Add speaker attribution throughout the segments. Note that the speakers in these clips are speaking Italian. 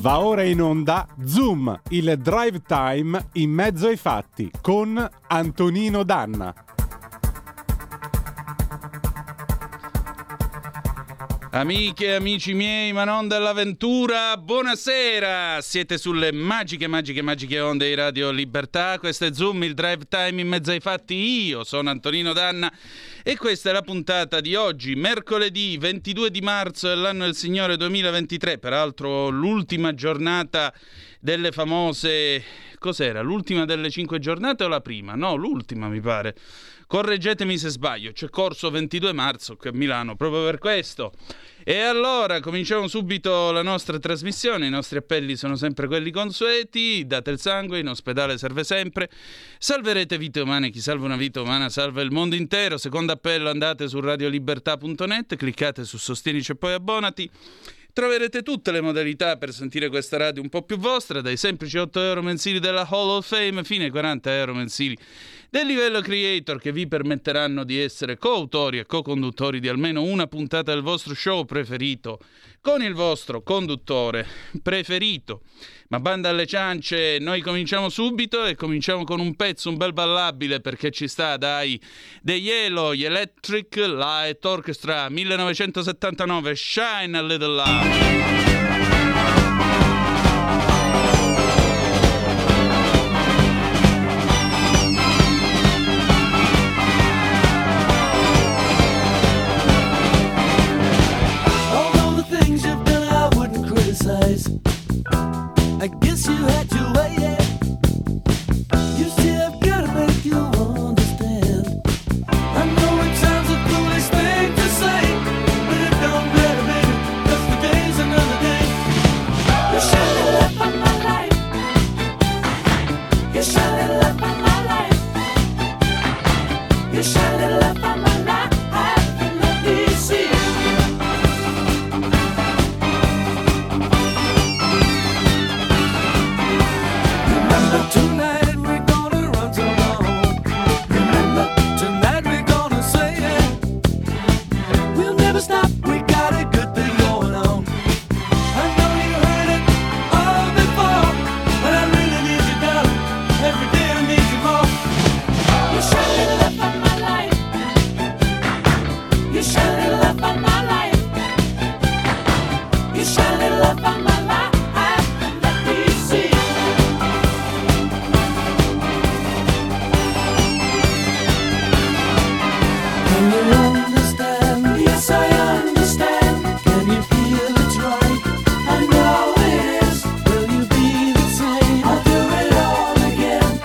Speaker 1: Va ora in onda Zoom, il drive time in mezzo ai fatti con Antonino Danna.
Speaker 2: Amiche e amici miei, ma non dell'avventura, buonasera! Siete sulle magiche onde di Radio Libertà. Questo è Zoom, il drive time in mezzo ai fatti. Io sono Antonino Danna e questa è la puntata di oggi, mercoledì 22 di marzo dell'anno del Signore 2023. Peraltro l'ultima giornata delle famose... Cos'era? L'ultima delle 5 giornate o la prima? No, l'ultima mi pare. Correggetemi se sbaglio, c'è corso 22 marzo qui a Milano, proprio per questo. E allora cominciamo subito la nostra trasmissione. I nostri appelli sono sempre quelli consueti: date il sangue, in ospedale serve sempre, salverete vite umane, chi salva una vita umana salva il mondo intero. Secondo appello: andate su radiolibertà.net, cliccate su Sostienici e poi abbonati. Troverete tutte le modalità per sentire questa radio un po' più vostra, dai semplici 8 euro mensili della Hall of Fame fino ai 40 euro mensili del livello creator, che vi permetteranno di essere coautori e co-conduttori di almeno una puntata del vostro show preferito con il vostro conduttore preferito. Ma banda alle ciance, noi cominciamo subito e cominciamo con un pezzo, un bel ballabile, perché ci sta, dai, degli Elo, gli Electric Light Orchestra 1979, Shine a Little Love.
Speaker 3: I guess you had your way, yeah. You still have got to make you understand. I know it sounds a foolish thing to say, but it don't matter, baby, 'cause the day's another day. You shine a light on my life. You shine a light on my life. You shine a light on my life. And let me see. Tonight we're gonna run so long. Remember, tonight we're gonna say it. We'll never stop, we got a good thing going on. I know you heard it all before, but I really need you, darling. Every day I need you more. You shine a light on my life. You shine a light on my life. You shine a light on my life. Let me see. Can you understand? Yes, I understand. Can you feel it's right? I know it is. Will you be the same? I'll do it all again.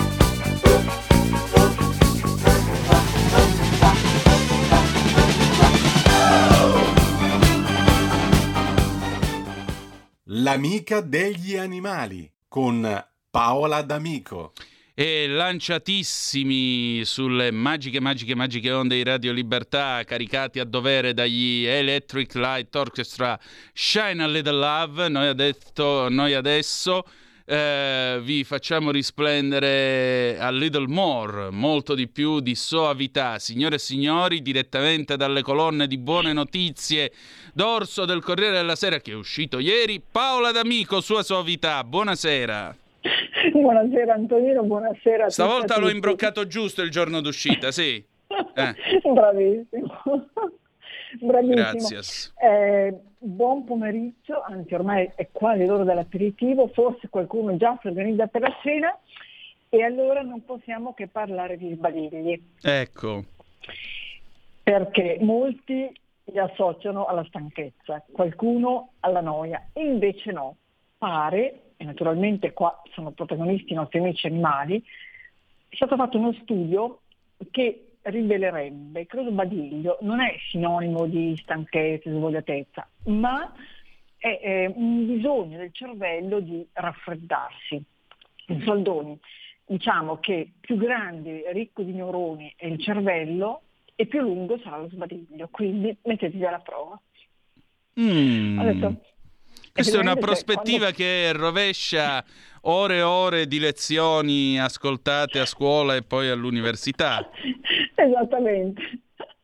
Speaker 1: L'amica degli animali con Paola D'Amico.
Speaker 2: E lanciatissimi sulle magiche onde di Radio Libertà, caricati a dovere dagli Electric Light Orchestra, Shine a Little Love. Noi adesso vi facciamo risplendere a little more, molto di più di soavità. Signore e signori, direttamente dalle colonne di Buone Notizie d'Orso del Corriere della Sera, che è uscito ieri, Paola D'Amico, sua soavità. Buonasera.
Speaker 4: Buonasera Antonino, buonasera a
Speaker 2: Stavolta l'ho
Speaker 4: tutti.
Speaker 2: imbroccato giusto il giorno d'uscita, sì.
Speaker 4: Bravissimo. Bravissimo.
Speaker 2: Grazie.
Speaker 4: Buon pomeriggio, anzi ormai è quasi l'ora dell'aperitivo, forse qualcuno già si organizza per la cena e allora non possiamo che parlare di sbadigli.
Speaker 2: Ecco.
Speaker 4: Perché molti li associano alla stanchezza, qualcuno alla noia, e invece no. Pare, e naturalmente qua sono protagonisti i nostri amici animali, è stato fatto uno studio che rivelerebbe che lo sbadiglio non è sinonimo di stanchezza, di svogliatezza, ma è un bisogno del cervello di raffreddarsi. In soldoni, diciamo che più grande, ricco di neuroni è il cervello e più lungo sarà lo sbadiglio, quindi mettetevi alla prova. Adesso,
Speaker 2: questa è una prospettiva che rovescia ore e ore di lezioni ascoltate a scuola e poi all'università.
Speaker 4: Esattamente.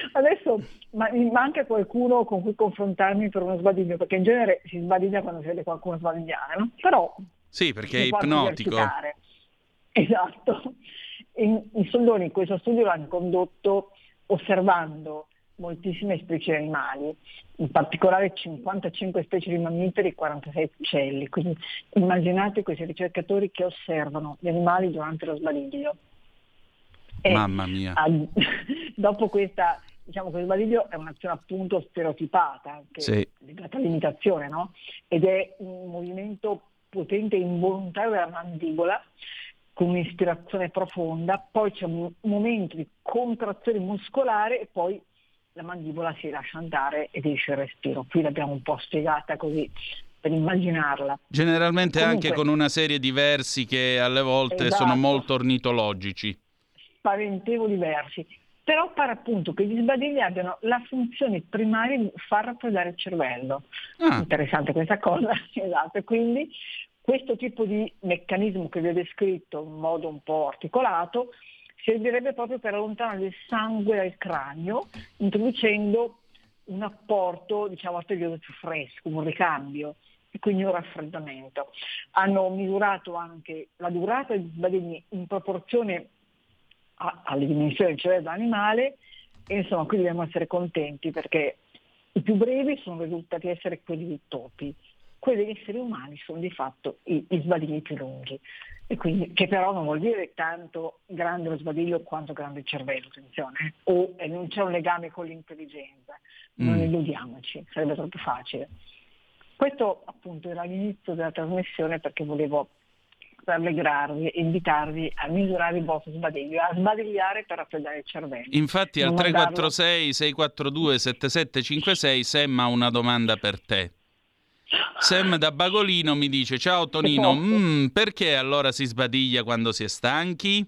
Speaker 4: Adesso mi manca qualcuno con cui confrontarmi per uno sbadiglio, perché in genere si sbadiglia quando si vede qualcuno sbadigliare, no? Però
Speaker 2: Sì, perché è
Speaker 4: mi posso
Speaker 2: ipnotico.
Speaker 4: esercitare. Esatto. I soldoni questo studio l'hanno condotto osservando moltissime specie animali, in particolare 55 specie di mammiferi e 46 uccelli. Quindi immaginate questi ricercatori che osservano gli animali durante lo sbadiglio. E
Speaker 2: Mamma mia.
Speaker 4: dopo questa, diciamo, questo sbadiglio è un'azione appunto stereotipata, anche
Speaker 2: Sì.
Speaker 4: legata all'imitazione, no? Ed è un movimento potente e involontario della mandibola, con un'ispirazione profonda, poi c'è un momento di contrazione muscolare e poi la mandibola si lascia andare ed esce il respiro. Qui l'abbiamo un po' spiegata così per immaginarla.
Speaker 2: Generalmente
Speaker 4: Comunque,
Speaker 2: anche con una serie di versi che alle volte sono
Speaker 4: esatto,
Speaker 2: molto ornitologici.
Speaker 4: spaventevoli versi. Però pare appunto che gli sbadigli abbiano la funzione primaria di far raffreddare il cervello.
Speaker 2: Ah,
Speaker 4: Interessante questa cosa, esatto. E quindi questo tipo di meccanismo che vi ho descritto in modo un po' articolato servirebbe proprio per allontanare il sangue dal cranio, introducendo un apporto, diciamo, arterioso più fresco, un ricambio, e quindi un raffreddamento. Hanno misurato anche la durata degli sbadigli in proporzione alle dimensioni del cervello dell'animale, e insomma qui dobbiamo essere contenti perché i più brevi sono risultati essere quelli dei topi, quelli degli esseri umani sono di fatto gli sbadigli più lunghi, e quindi, che però non vuol dire tanto grande lo sbadiglio quanto grande il cervello, attenzione, o non c'è un legame con l'intelligenza, non illudiamoci, sarebbe troppo facile. Questo appunto era l'inizio della trasmissione, perché volevo rallegrarvi e invitarvi a misurare il vostro sbadiglio, a sbadigliare per raffreddare il cervello.
Speaker 2: infatti al
Speaker 4: Non mandarlo-
Speaker 2: 346 642 7756 Sam ha una domanda per te. Sam da Bagolino mi dice: ciao Tonino,
Speaker 4: posso?
Speaker 2: perché allora si sbadiglia quando si è stanchi?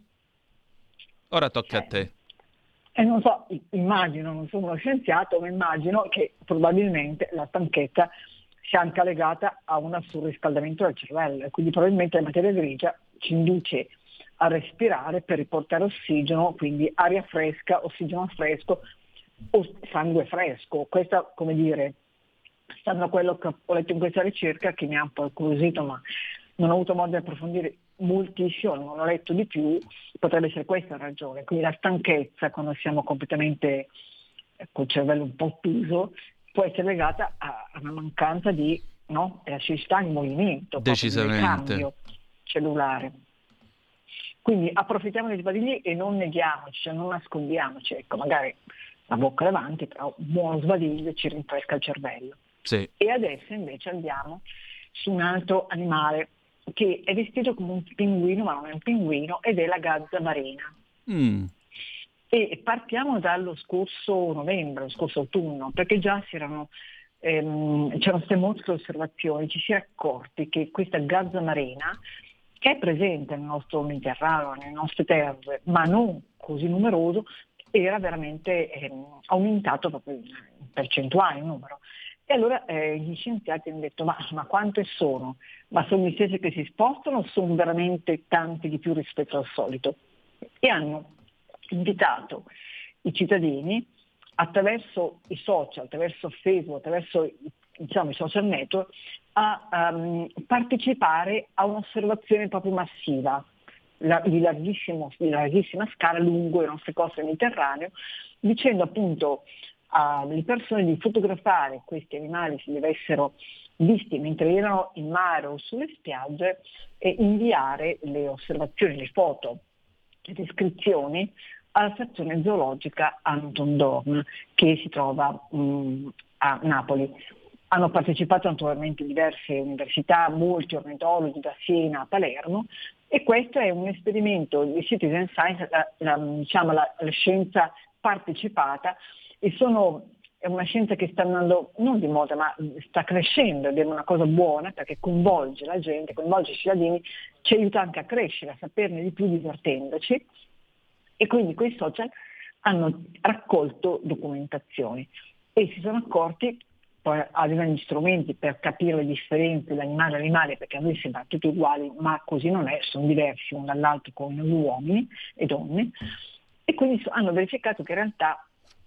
Speaker 2: Ora tocca a te.
Speaker 4: E non so, immagino, non sono uno scienziato, ma immagino che probabilmente la stanchezza sia anche legata a un surriscaldamento del cervello, e quindi probabilmente la materia grigia ci induce a respirare per riportare ossigeno, quindi aria fresca, ossigeno fresco o sangue fresco. Questa, come dire, stando a quello che ho letto in questa ricerca, che mi ha un po' incuriosito, ma non ho avuto modo di approfondire moltissimo, non ho letto di più, potrebbe essere questa la ragione. Quindi la stanchezza, quando siamo completamente col cervello un po' chiuso, può essere legata a una mancanza di elasticità in movimento, proprio di
Speaker 2: Decisamente.
Speaker 4: ricambio cellulare. Quindi approfittiamo dei sbadigli e non neghiamoci, cioè non nascondiamoci, ecco, magari la bocca davanti, però un buono sbadiglio ci rinfresca il cervello.
Speaker 2: Sì.
Speaker 4: E adesso invece andiamo su un altro animale che è vestito come un pinguino, ma non è un pinguino, ed è la gazza marina. E partiamo dallo scorso novembre, lo scorso autunno, perché già c'erano state molte osservazioni, ci si è accorti che questa gazza marina, che è presente nel nostro Mediterraneo, nelle nostre terre, ma non così numeroso, era veramente aumentato proprio in percentuale il numero. E allora gli scienziati hanno detto: ma quante sono? Ma sono gli stessi che si spostano o sono veramente tanti di più rispetto al solito? E hanno invitato i cittadini attraverso i social, attraverso Facebook, attraverso i social network a partecipare a un'osservazione proprio massiva di larghissima scala lungo le nostre coste del Mediterraneo, dicendo appunto alle persone di fotografare questi animali se li avessero visti mentre erano in mare o sulle spiagge, e inviare le osservazioni, le foto, le descrizioni alla stazione zoologica Anton Dohrn, che si trova a Napoli. Hanno partecipato naturalmente diverse università, molti ornitologi da Siena a Palermo, e questo è un esperimento di citizen science, la scienza partecipata, e è una scienza che sta andando non di moda, ma sta crescendo, ed è una cosa buona perché coinvolge la gente, coinvolge i cittadini, ci aiuta anche a crescere, a saperne di più divertendoci. E quindi quei social hanno raccolto documentazioni e si sono accorti, poi avevano gli strumenti per capire le differenze da animale a animale, perché a noi sembrano tutti uguali, ma così non è, sono diversi uno dall'altro come noi uomini e donne, e quindi hanno verificato che in realtà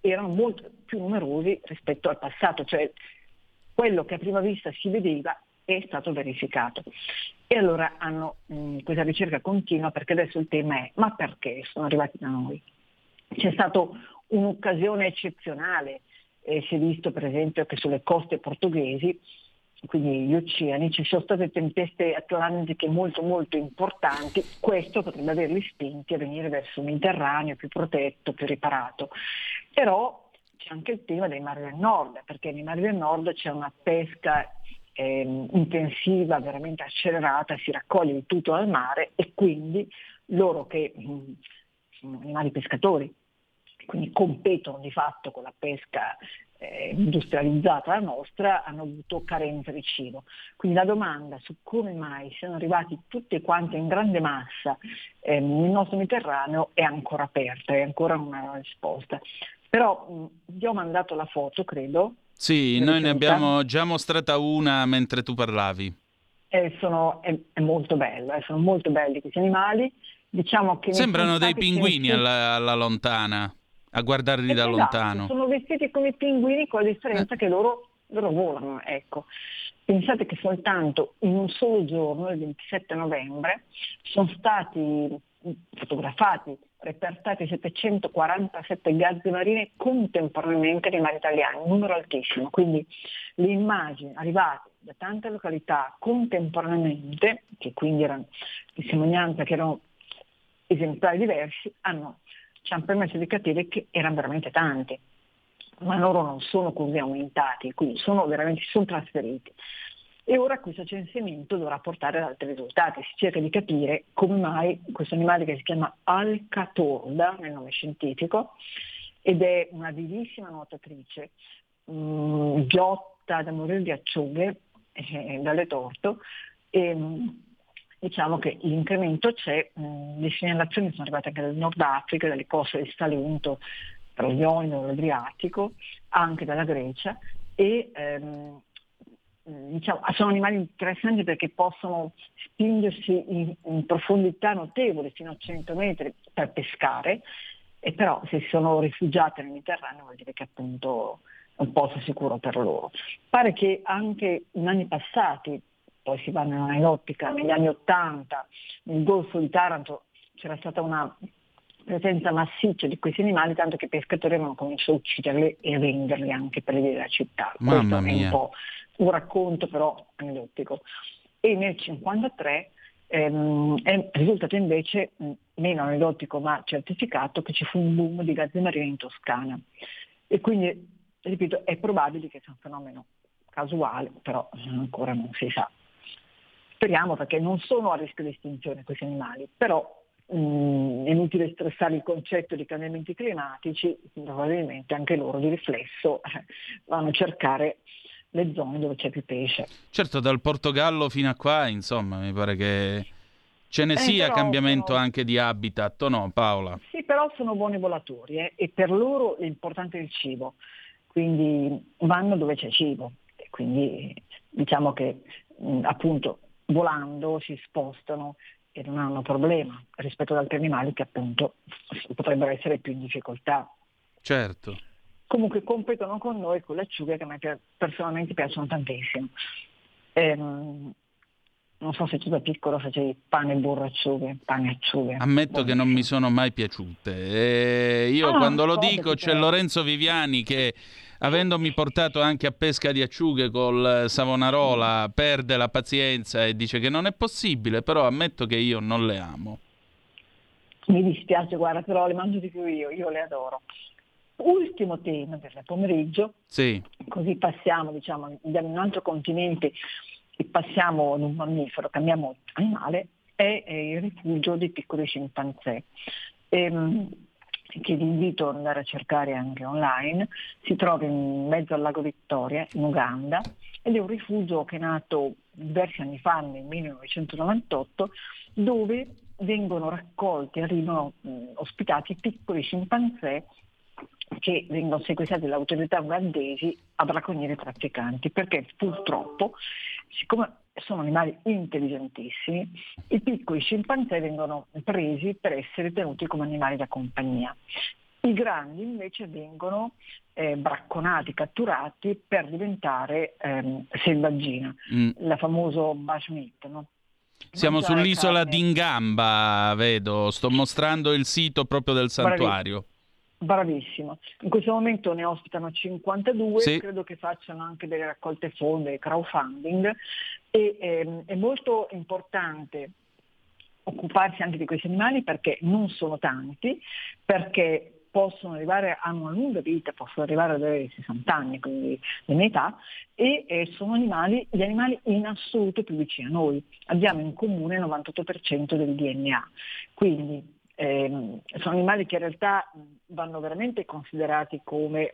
Speaker 4: erano molto più numerosi rispetto al passato, cioè quello che a prima vista si vedeva è stato verificato. E allora hanno questa ricerca continua, perché adesso il tema è: ma perché sono arrivati da noi? C'è stata un'occasione eccezionale, si è visto per esempio che sulle coste portoghesi, quindi gli oceani, ci sono state tempeste atlantiche molto molto importanti. Questo potrebbe averli spinti a venire verso un Mediterraneo più protetto, più riparato. Però c'è anche il tema dei mari del nord, perché nei mari del nord c'è una pesca intensiva, veramente accelerata, si raccoglie di tutto dal mare, e quindi loro che sono animali pescatori, quindi competono di fatto con la pesca industrializzata la nostra, hanno avuto carenza di cibo. Quindi la domanda su come mai siano arrivati tutti quanti in grande massa nel nostro Mediterraneo è ancora aperta, è ancora una risposta. Però vi ho mandato la foto, credo.
Speaker 2: Sì, noi ne abbiamo già mostrata una mentre tu parlavi.
Speaker 4: È molto bello, sono molto belli questi animali. Diciamo che
Speaker 2: sembrano dei pinguini alla lontana, a guardarli da lontano.
Speaker 4: Sono vestiti come i pinguini, con la differenza che loro volano, ecco. Pensate che soltanto in un solo giorno, il 27 novembre, sono stati fotografati, repertati 747 gazze marine contemporaneamente nei mari italiani, un numero altissimo. Quindi le immagini arrivate da tante località contemporaneamente, che quindi erano testimonianza che erano esemplari diversi, ci hanno permesso di capire che erano veramente tanti, ma loro non sono così aumentati, quindi sono trasferiti. E ora questo censimento dovrà portare ad altri risultati. Si cerca di capire come mai questo animale, che si chiama alcatorda nel nome scientifico, ed è una vivissima nuotatrice, ghiotta da morire di acciughe dalle torto, e diciamo che l'incremento c'è, le segnalazioni sono arrivate anche dal Nord Africa, dalle coste del Salento, tra l'Ionio e l'Adriatico, anche dalla Grecia, e sono animali interessanti perché possono spingersi in profondità notevoli, fino a 100 metri, per pescare, e però se sono rifugiati nel Mediterraneo vuol dire che appunto è un posto sicuro per loro. Pare che anche in anni passati, poi si va nell'aneddotica, negli anni 80 nel Golfo di Taranto c'era stata una presenza massiccia di questi animali, tanto che i pescatori avevano cominciato a ucciderli e a venderli anche per le vie della città.
Speaker 2: Mamma
Speaker 4: Questo
Speaker 2: mia.
Speaker 4: è un po' un racconto però aneddotico. E nel 1953 è risultato invece, meno aneddotico ma certificato, che ci fu un boom di gazze marine in Toscana. E quindi, ripeto, è probabile che sia un fenomeno casuale, però ancora non si sa. Speriamo, perché non sono a rischio di estinzione questi animali, però è inutile stressare il concetto di cambiamenti climatici, probabilmente anche loro di riflesso vanno a cercare le zone dove c'è più pesce.
Speaker 2: Certo, dal Portogallo fino a qua, insomma, mi pare che ce ne sia cambiamento anche di habitat, o no, Paola?
Speaker 4: Sì, però sono buoni volatori e per loro l'importante è il cibo, quindi vanno dove c'è cibo, e quindi diciamo che appunto volando si spostano e non hanno problema rispetto ad altri animali che appunto potrebbero essere più in difficoltà.
Speaker 2: Certo.
Speaker 4: Comunque competono con noi con le acciughe, che a me personalmente piacciono tantissimo. Non so se tu da piccolo facevi pane, burro, acciughe, pane, acciughe.
Speaker 2: Ammetto che non mi sono mai piaciute. Io quando lo dico c'è Lorenzo Viviani che, avendomi portato anche a pesca di acciughe col Savonarola, perde la pazienza e dice che non è possibile, però ammetto che io non le amo.
Speaker 4: Mi dispiace, guarda, però le mangio di più io le adoro. Ultimo tema per il pomeriggio,
Speaker 2: sì. Così
Speaker 4: passiamo, andiamo in un altro continente e passiamo ad un mammifero, cambiamo animale, è il rifugio dei piccoli scimpanzé, che vi invito ad andare a cercare anche online. Si trova in mezzo al lago Vittoria, in Uganda, ed è un rifugio che è nato diversi anni fa, nel 1998, dove vengono raccolti, arrivano ospitati piccoli scimpanzé che vengono sequestrati dalle autorità ugandesi a bracconieri e trafficanti, perché purtroppo, siccome sono animali intelligentissimi, i piccoli scimpanzé vengono presi per essere tenuti come animali da compagnia. I grandi invece vengono bracconati, catturati per diventare selvaggina, la famoso bushmeat, no?
Speaker 2: Siamo
Speaker 4: Mangiare
Speaker 2: sull'isola
Speaker 4: carne.
Speaker 2: d'Ingamba, vedo, sto mostrando il sito proprio del santuario.
Speaker 4: Bravissimo. In questo momento ne ospitano 52,
Speaker 2: Sì.
Speaker 4: credo che facciano anche delle raccolte fondi, crowdfunding, e è molto importante occuparsi anche di questi animali perché non sono tanti, perché possono arrivare, hanno una lunga vita, possono arrivare ad avere 60 anni, quindi la mia età, e sono gli animali in assoluto più vicini a noi. Abbiamo in comune il 98% del DNA, quindi sono animali che in realtà vanno veramente considerati come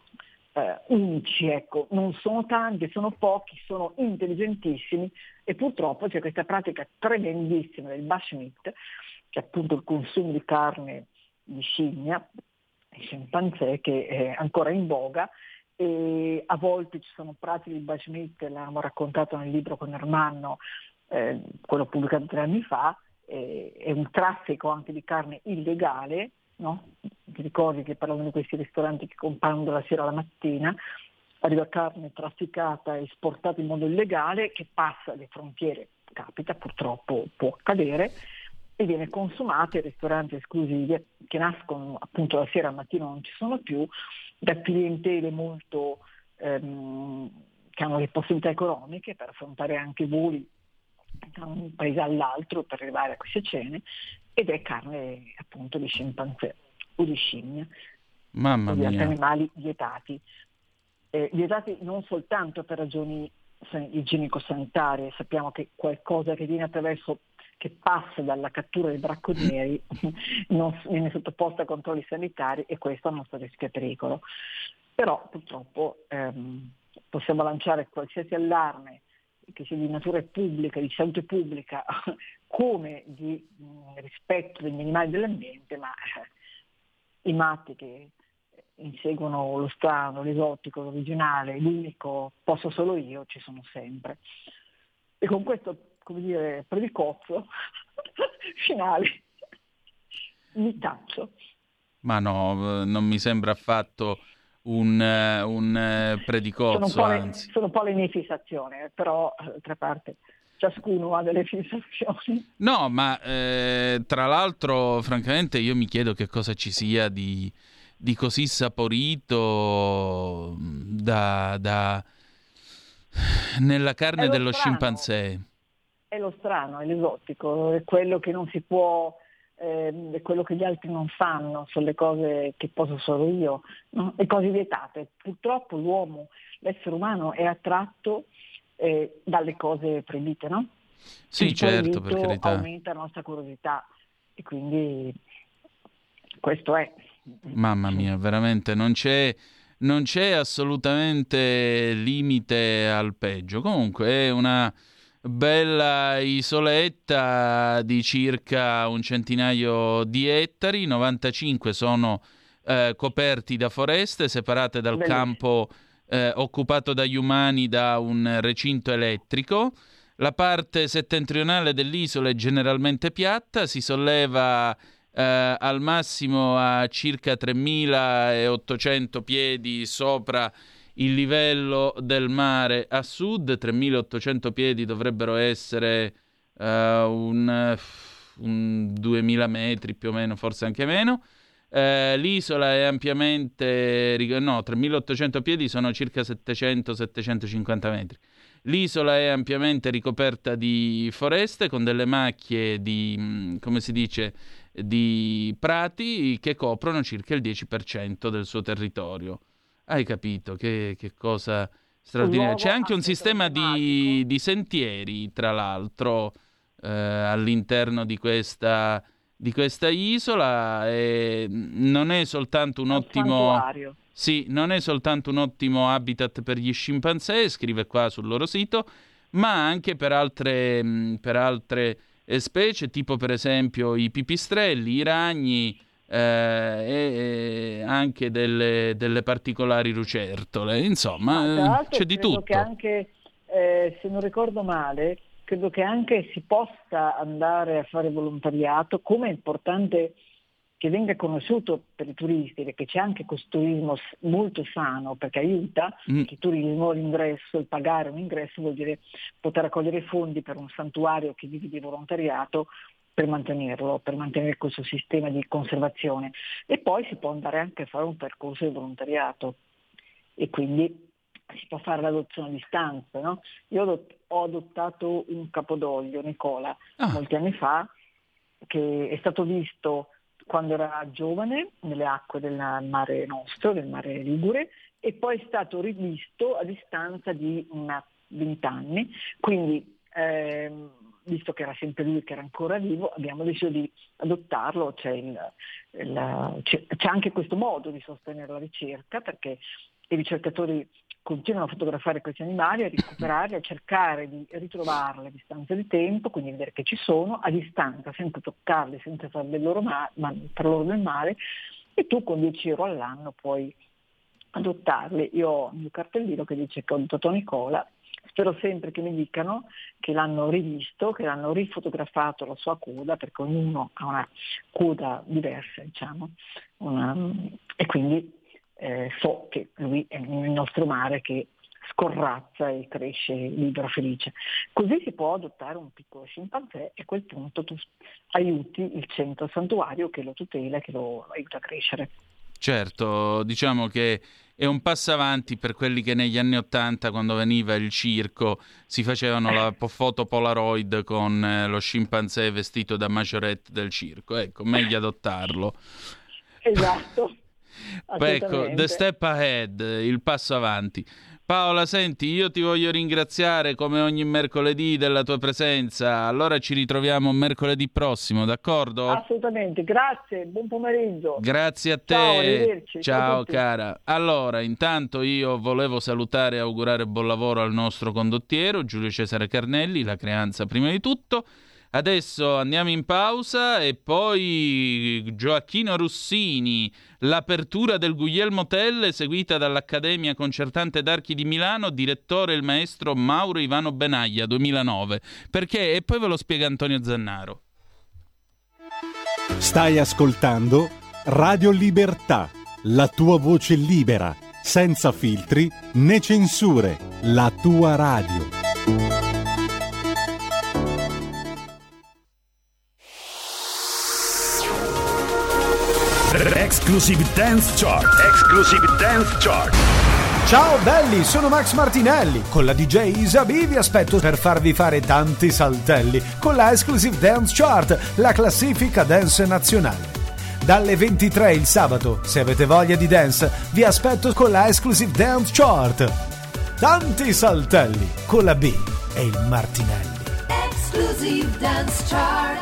Speaker 4: unici, ecco. Non sono tanti, sono pochi, sono intelligentissimi e purtroppo c'è questa pratica tremendissima del bushmeat, che è appunto il consumo di carne di scimmia, di scimpanzé, che è ancora in voga, e a volte ci sono pratiche di bushmeat, l'abbiamo raccontato nel libro con Ermanno, quello pubblicato 3 anni fa, è un traffico anche di carne illegale, no? Ti ricordi che parlavano di questi ristoranti che compaiono dalla sera alla mattina, arriva carne trafficata e esportata in modo illegale che passa le frontiere, capita, purtroppo può accadere, e viene consumata in ristoranti esclusivi che nascono appunto la sera al mattino, non ci sono più, da clientele molto che hanno le possibilità economiche per affrontare anche voli da un paese all'altro per arrivare a queste cene, ed è carne appunto di scimpanzé o di scimmia
Speaker 2: Mamma
Speaker 4: o di altri
Speaker 2: mia.
Speaker 4: animali vietati. Vietati non soltanto per ragioni igienico-sanitarie, sappiamo che qualcosa che viene che passa dalla cattura dei bracconieri non viene sottoposta a controlli sanitari, e questo è un nostro rischio e pericolo. Però purtroppo possiamo lanciare qualsiasi allarme, che sia di natura pubblica, di salute pubblica, come di rispetto degli animali e dell'ambiente, ma i matti che inseguono lo strano, l'esotico, l'originale, l'unico, posso solo io, ci sono sempre. E con questo, come dire, predicozzo finale mi taccio.
Speaker 2: Ma no, non mi sembra affatto un predicozzo, anzi.
Speaker 4: Sono un po' le mie fissazioni, però d'altra parte ciascuno ha delle fissazioni.
Speaker 2: No, ma tra l'altro, francamente, io mi chiedo che cosa ci sia di così saporito nella carne dello scimpanzé.
Speaker 4: È lo strano, è l'esotico, è quello che non si può, è quello che gli altri non fanno, sono le cose che posso solo io, no? Le cose vietate. Purtroppo l'essere umano è attratto dalle cose proibite, no?
Speaker 2: Sì,
Speaker 4: Il
Speaker 2: certo, per
Speaker 4: proibito
Speaker 2: carità.
Speaker 4: aumenta la nostra curiosità e quindi questo è.
Speaker 2: Mamma mia, veramente non c'è assolutamente limite al peggio. Comunque è una bella isoletta di circa un centinaio di ettari, 95 sono coperti da foreste, separate dal
Speaker 4: Bellissimo.
Speaker 2: campo occupato dagli umani da un recinto elettrico. La parte settentrionale dell'isola è generalmente piatta, si solleva al massimo a circa 3.800 piedi sopra il livello del mare a sud. 3.800 piedi dovrebbero essere un 2.000 metri più o meno, forse anche meno. L'isola è ampiamente... no, 3.800 piedi sono circa 700-750 metri. L'isola è ampiamente ricoperta di foreste con delle macchie di, come si dice, di prati che coprono circa il 10% del suo territorio. Hai capito che cosa straordinaria? C'è anche un sistema di sentieri, tra l'altro, all'interno di questa isola, e non è soltanto un ottimo...
Speaker 4: santuario.
Speaker 2: Sì, non è soltanto un ottimo habitat per gli scimpanzé, scrive qua sul loro sito, ma anche per altre specie, tipo per esempio i pipistrelli, i ragni e anche delle particolari lucertole. Insomma,
Speaker 4: Tra l'altro
Speaker 2: c'è di
Speaker 4: credo
Speaker 2: tutto.
Speaker 4: che anche, se non ricordo male, credo che anche si possa andare a fare volontariato, come è importante che venga conosciuto per i turisti, perché c'è anche questo turismo molto sano, perché aiuta, il turismo, l'ingresso, il pagare un ingresso vuol dire poter raccogliere fondi per un santuario che vive di volontariato, per mantenerlo, per mantenere questo sistema di conservazione. E poi si può andare anche a fare un percorso di volontariato e quindi si può fare l'adozione a distanza, no? Io ho adottato un capodoglio, Nicola, molti anni fa, che è stato visto quando era giovane nelle acque del mare nostro, del mare Ligure, e poi è stato rivisto a distanza di 20 anni, quindi visto che era sempre lui che era ancora vivo, abbiamo deciso di adottarlo. C'è anche questo modo di sostenere la ricerca, perché i ricercatori continuano a fotografare questi animali, a recuperarli, a cercare di ritrovarli a distanza di tempo, quindi vedere che ci sono a distanza, senza toccarli, senza far del loro del male, e tu con 10 euro all'anno puoi adottarli. Io ho il mio cartellino che dice che ho adottato Nicola. Spero sempre che mi dicano che l'hanno rivisto, che l'hanno rifotografato la sua coda, perché ognuno ha una coda diversa, diciamo, e quindi so che lui è nel nostro mare che scorrazza e cresce libero, felice. Così si può adottare un piccolo scimpanzé e a quel punto tu aiuti il centro santuario che lo tutela e che lo aiuta a crescere.
Speaker 2: Certo, diciamo che è un passo avanti per quelli che negli anni '80, quando veniva il circo, si facevano la foto Polaroid con lo scimpanzé vestito da majorette del circo. Ecco, meglio adottarlo.
Speaker 4: Esatto.
Speaker 2: Ecco, the step ahead, il passo avanti. Paola, senti, io ti voglio ringraziare come ogni mercoledì della tua presenza. Allora ci ritroviamo mercoledì prossimo, d'accordo?
Speaker 4: Assolutamente, grazie, buon pomeriggio.
Speaker 2: Grazie a te.
Speaker 4: Ciao, arrivederci.
Speaker 2: Ciao cara. Allora, intanto io volevo salutare e augurare buon lavoro al nostro condottiero, Giulio Cesare Carnelli, la creanza prima di tutto. Adesso andiamo in pausa e poi Gioacchino Russini, l'apertura del Guglielmo Tell seguita dall'Accademia Concertante d'Archi di Milano, direttore il maestro Mauro Ivano Benaglia, 2009. Perché? E poi ve lo spiega Antonio Zannaro.
Speaker 1: Stai ascoltando Radio Libertà, la tua voce libera, senza filtri né censure, la tua radio.
Speaker 5: Exclusive Dance Chart. Exclusive Dance Chart.
Speaker 6: Ciao belli, sono Max Martinelli. Con la DJ Isabi vi aspetto per farvi fare tanti saltelli con la Exclusive Dance Chart, la classifica dance nazionale. Dalle 23 il sabato, se avete voglia di dance, vi aspetto con la Exclusive Dance Chart. Tanti saltelli con la B e il Martinelli.
Speaker 7: Exclusive Dance Chart.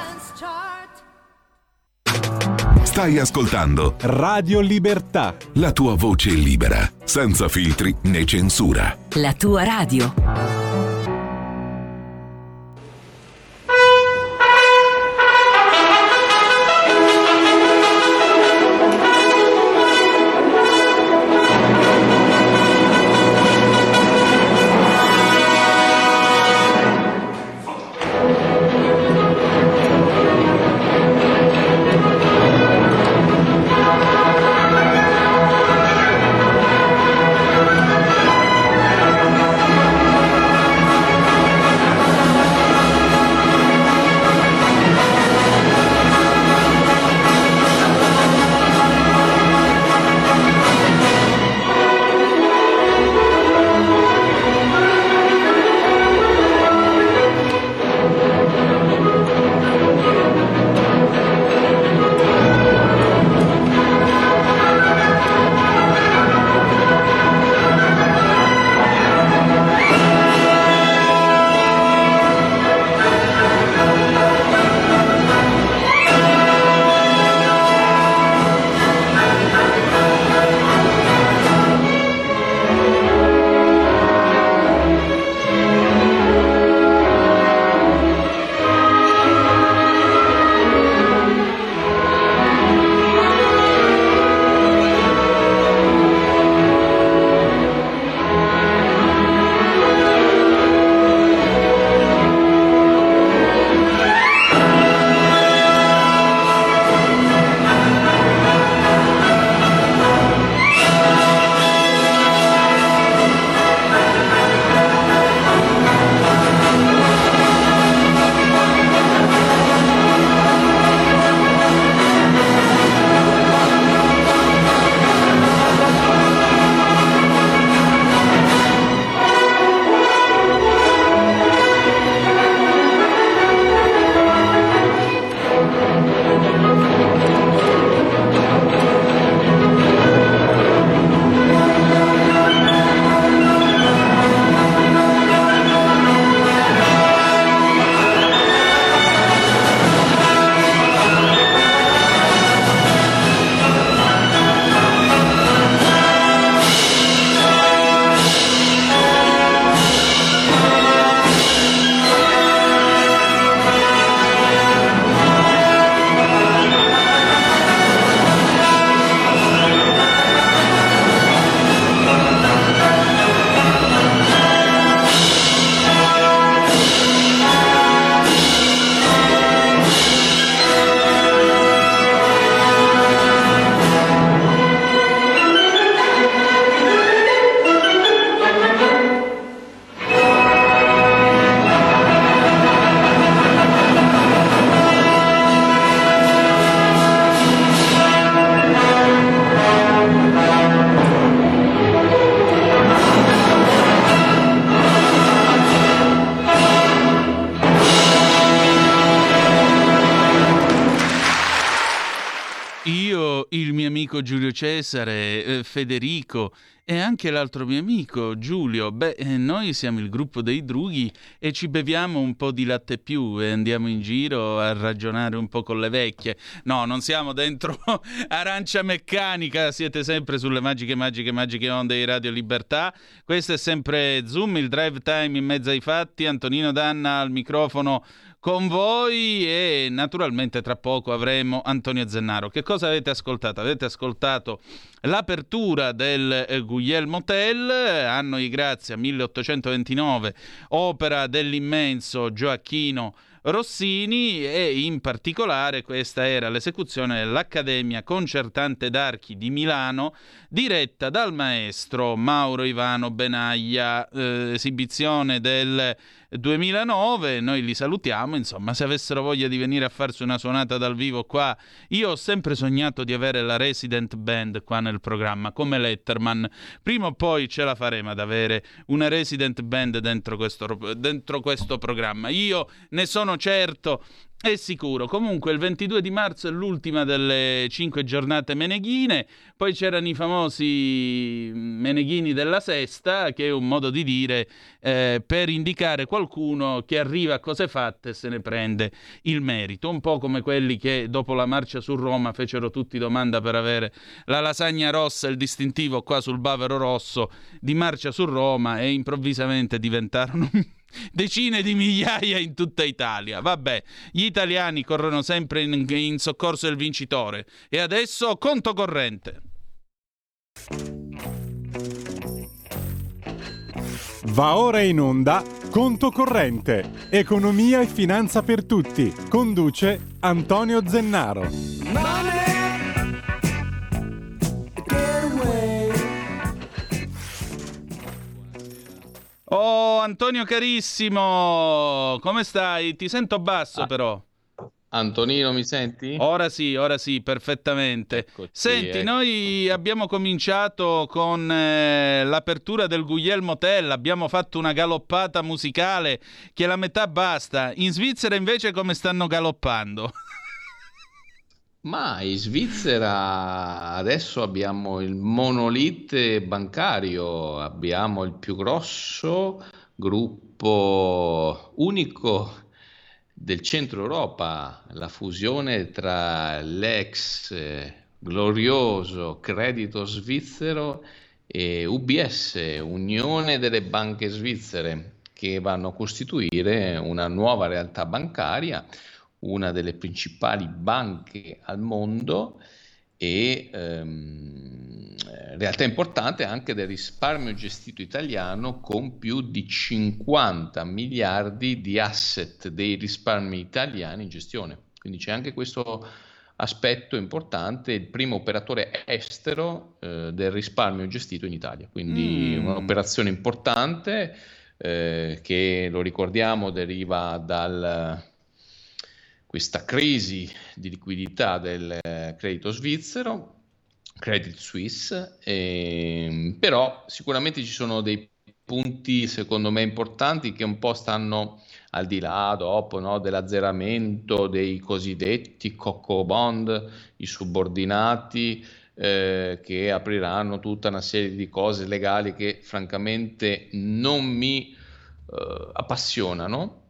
Speaker 5: Stai ascoltando
Speaker 1: Radio Libertà,
Speaker 5: la tua voce libera, senza filtri né censura.
Speaker 7: La tua radio.
Speaker 2: Io, il mio amico Giulio Cesare, Federico e anche l'altro mio amico Giulio, noi siamo il gruppo dei drughi e ci beviamo un po' di latte più e andiamo in giro a ragionare un po' con le vecchie. No, non siamo dentro Arancia Meccanica, siete sempre sulle magiche onde di Radio Libertà. Questo è sempre Zoom, il drive time in mezzo ai fatti. Antonino Danna al microfono con voi e naturalmente tra poco avremo Antonio Zennaro. Che cosa avete ascoltato? Avete ascoltato l'apertura del Guglielmo Tell, anno di grazia 1829, opera dell'immenso Gioacchino Rossini, e in particolare questa era l'esecuzione dell'Accademia Concertante d'Archi di Milano diretta dal maestro Mauro Ivano Benaglia, esibizione del 2009. Noi li salutiamo, insomma, se avessero voglia di venire a farsi una suonata dal vivo qua. Io ho sempre sognato di avere la resident band qua nel programma, come Letterman. Prima o poi ce la faremo ad avere una resident band dentro questo programma. Io ne sono certo e sicuro. Comunque il 22 di marzo è l'ultima delle 5 giornate meneghine, poi c'erano i famosi meneghini della sesta, che è un modo di dire per indicare qualcuno che arriva a cose fatte e se ne prende il merito, un po' come quelli che dopo la marcia su Roma fecero tutti domanda per avere la lasagna rossa e il distintivo qua sul bavero rosso di marcia su Roma e improvvisamente diventarono decine di migliaia in tutta Italia. Vabbè, gli italiani corrono sempre in soccorso del vincitore. E adesso conto corrente.
Speaker 1: Va ora in onda Conto corrente, economia e finanza per tutti. Conduce Antonio Zennaro.
Speaker 2: Oh, Antonio carissimo, come stai? Ti sento basso però.
Speaker 8: Antonino, mi senti?
Speaker 2: Ora sì, perfettamente.
Speaker 8: Eccoci,
Speaker 2: Senti,
Speaker 8: ecco.
Speaker 2: Noi abbiamo cominciato con l'apertura del Guglielmo Tell, abbiamo fatto una galoppata musicale che la metà basta. In Svizzera invece come stanno galoppando?
Speaker 8: Ma in Svizzera adesso abbiamo il monolite bancario, abbiamo il più grosso gruppo unico del centro Europa, la fusione tra l'ex glorioso Credito Svizzero e UBS, Unione delle Banche Svizzere, che vanno a costituire una nuova realtà bancaria, una delle principali banche al mondo e realtà importante anche del risparmio gestito italiano, con più di 50 miliardi di asset dei risparmi italiani in gestione. Quindi c'è anche questo aspetto importante, il primo operatore estero del risparmio gestito in Italia. Quindi un'operazione importante che, lo ricordiamo, deriva da questa crisi di liquidità del credito svizzero, Credit Suisse, però sicuramente ci sono dei punti secondo me importanti che un po' stanno al di là dopo, no, dell'azzeramento dei cosiddetti Coco Bond, i subordinati che apriranno tutta una serie di cose legali che francamente non mi appassionano,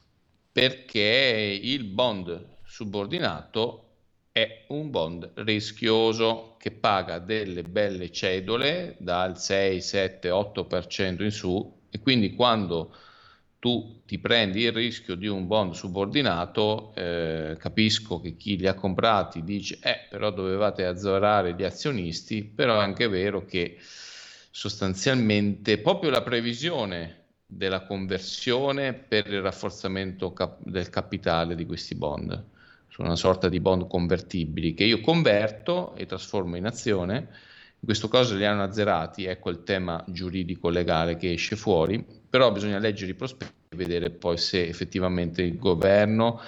Speaker 8: perché il bond subordinato è un bond rischioso che paga delle belle cedole dal 6, 7, 8% in su, e quindi quando tu ti prendi il rischio di un bond subordinato, capisco che chi li ha comprati dice però dovevate azzerare gli azionisti, però è anche vero che sostanzialmente proprio la previsione della conversione per il rafforzamento del capitale di questi bond, sono una sorta di bond convertibili che io converto e trasformo in azione. In questo caso li hanno azzerati, ecco il tema giuridico legale che esce fuori, però bisogna leggere i prospetti e vedere poi se effettivamente il governo,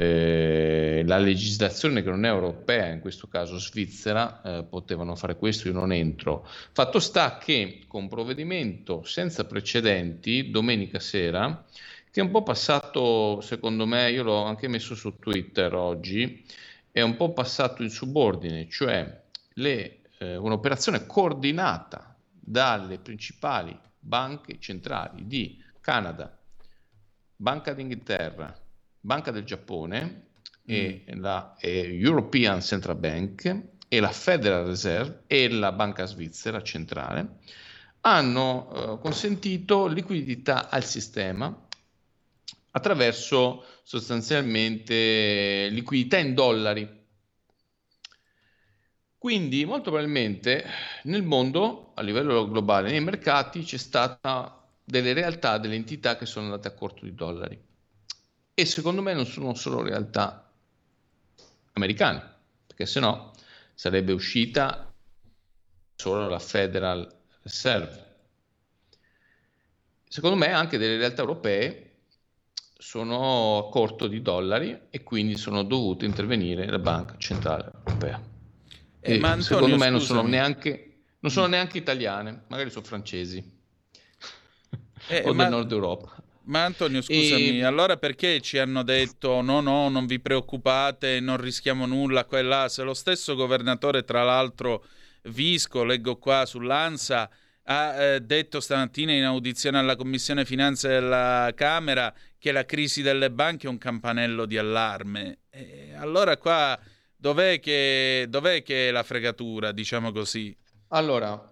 Speaker 8: la legislazione che non è europea, in questo caso svizzera, potevano fare questo. Io non entro. Fatto sta che con provvedimento senza precedenti domenica sera, che è un po' passato secondo me, io l'ho anche messo su Twitter oggi, è un po' passato in subordine, cioè un'operazione coordinata dalle principali banche centrali di Canada, Banca d'Inghilterra, Banca del Giappone e la European Central Bank e la Federal Reserve e la Banca Svizzera centrale, hanno consentito liquidità al sistema attraverso sostanzialmente liquidità in dollari. Quindi molto probabilmente nel mondo, a livello globale, nei mercati c'è stata delle realtà, delle entità che sono andate a corto di dollari. E secondo me non sono solo realtà americane, perché sennò sarebbe uscita solo la Federal Reserve. Secondo me anche delle realtà europee sono a corto di dollari e quindi sono dovute intervenire la Banca Centrale Europea. E
Speaker 2: ma Antonio,
Speaker 8: secondo me non sono
Speaker 2: scusami.
Speaker 8: neanche italiane, magari sono francesi
Speaker 2: ma-
Speaker 8: o del nord Europa.
Speaker 2: Ma Antonio, scusami, allora perché ci hanno detto no, non vi preoccupate, non rischiamo nulla qua e là, se lo stesso governatore, tra l'altro Visco, leggo qua sull'ANSA, ha detto stamattina in audizione alla Commissione Finanze della Camera che la crisi delle banche è un campanello di allarme. Allora qua dov'è che è la fregatura, diciamo così?
Speaker 8: Allora,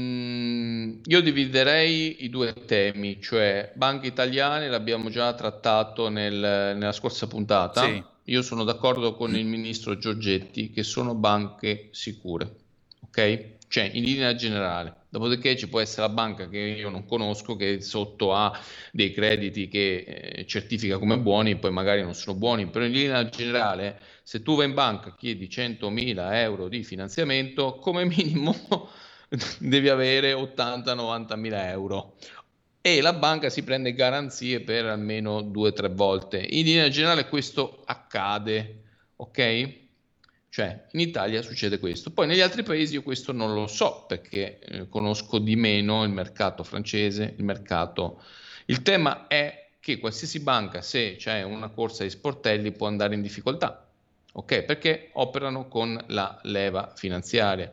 Speaker 8: io dividerei i due temi, cioè banche italiane, l'abbiamo già trattato nella scorsa puntata.
Speaker 2: Sì.
Speaker 8: Io sono d'accordo con il ministro Giorgetti che sono banche sicure, ok? Cioè in linea generale. Dopodiché ci può essere la banca che io non conosco, che sotto ha dei crediti che certifica come buoni e poi magari non sono buoni, però in linea generale, se tu vai in banca e chiedi 100.000 euro di finanziamento, come minimo devi avere 80-90 mila euro e la banca si prende garanzie per almeno 2-3 volte. In linea generale questo accade, ok? Cioè in Italia succede questo. Poi negli altri paesi io questo non lo so perché conosco di meno il mercato francese, il mercato. Il tema è che qualsiasi banca, se c'è una corsa di sportelli, può andare in difficoltà, ok? Perché operano con la leva finanziaria.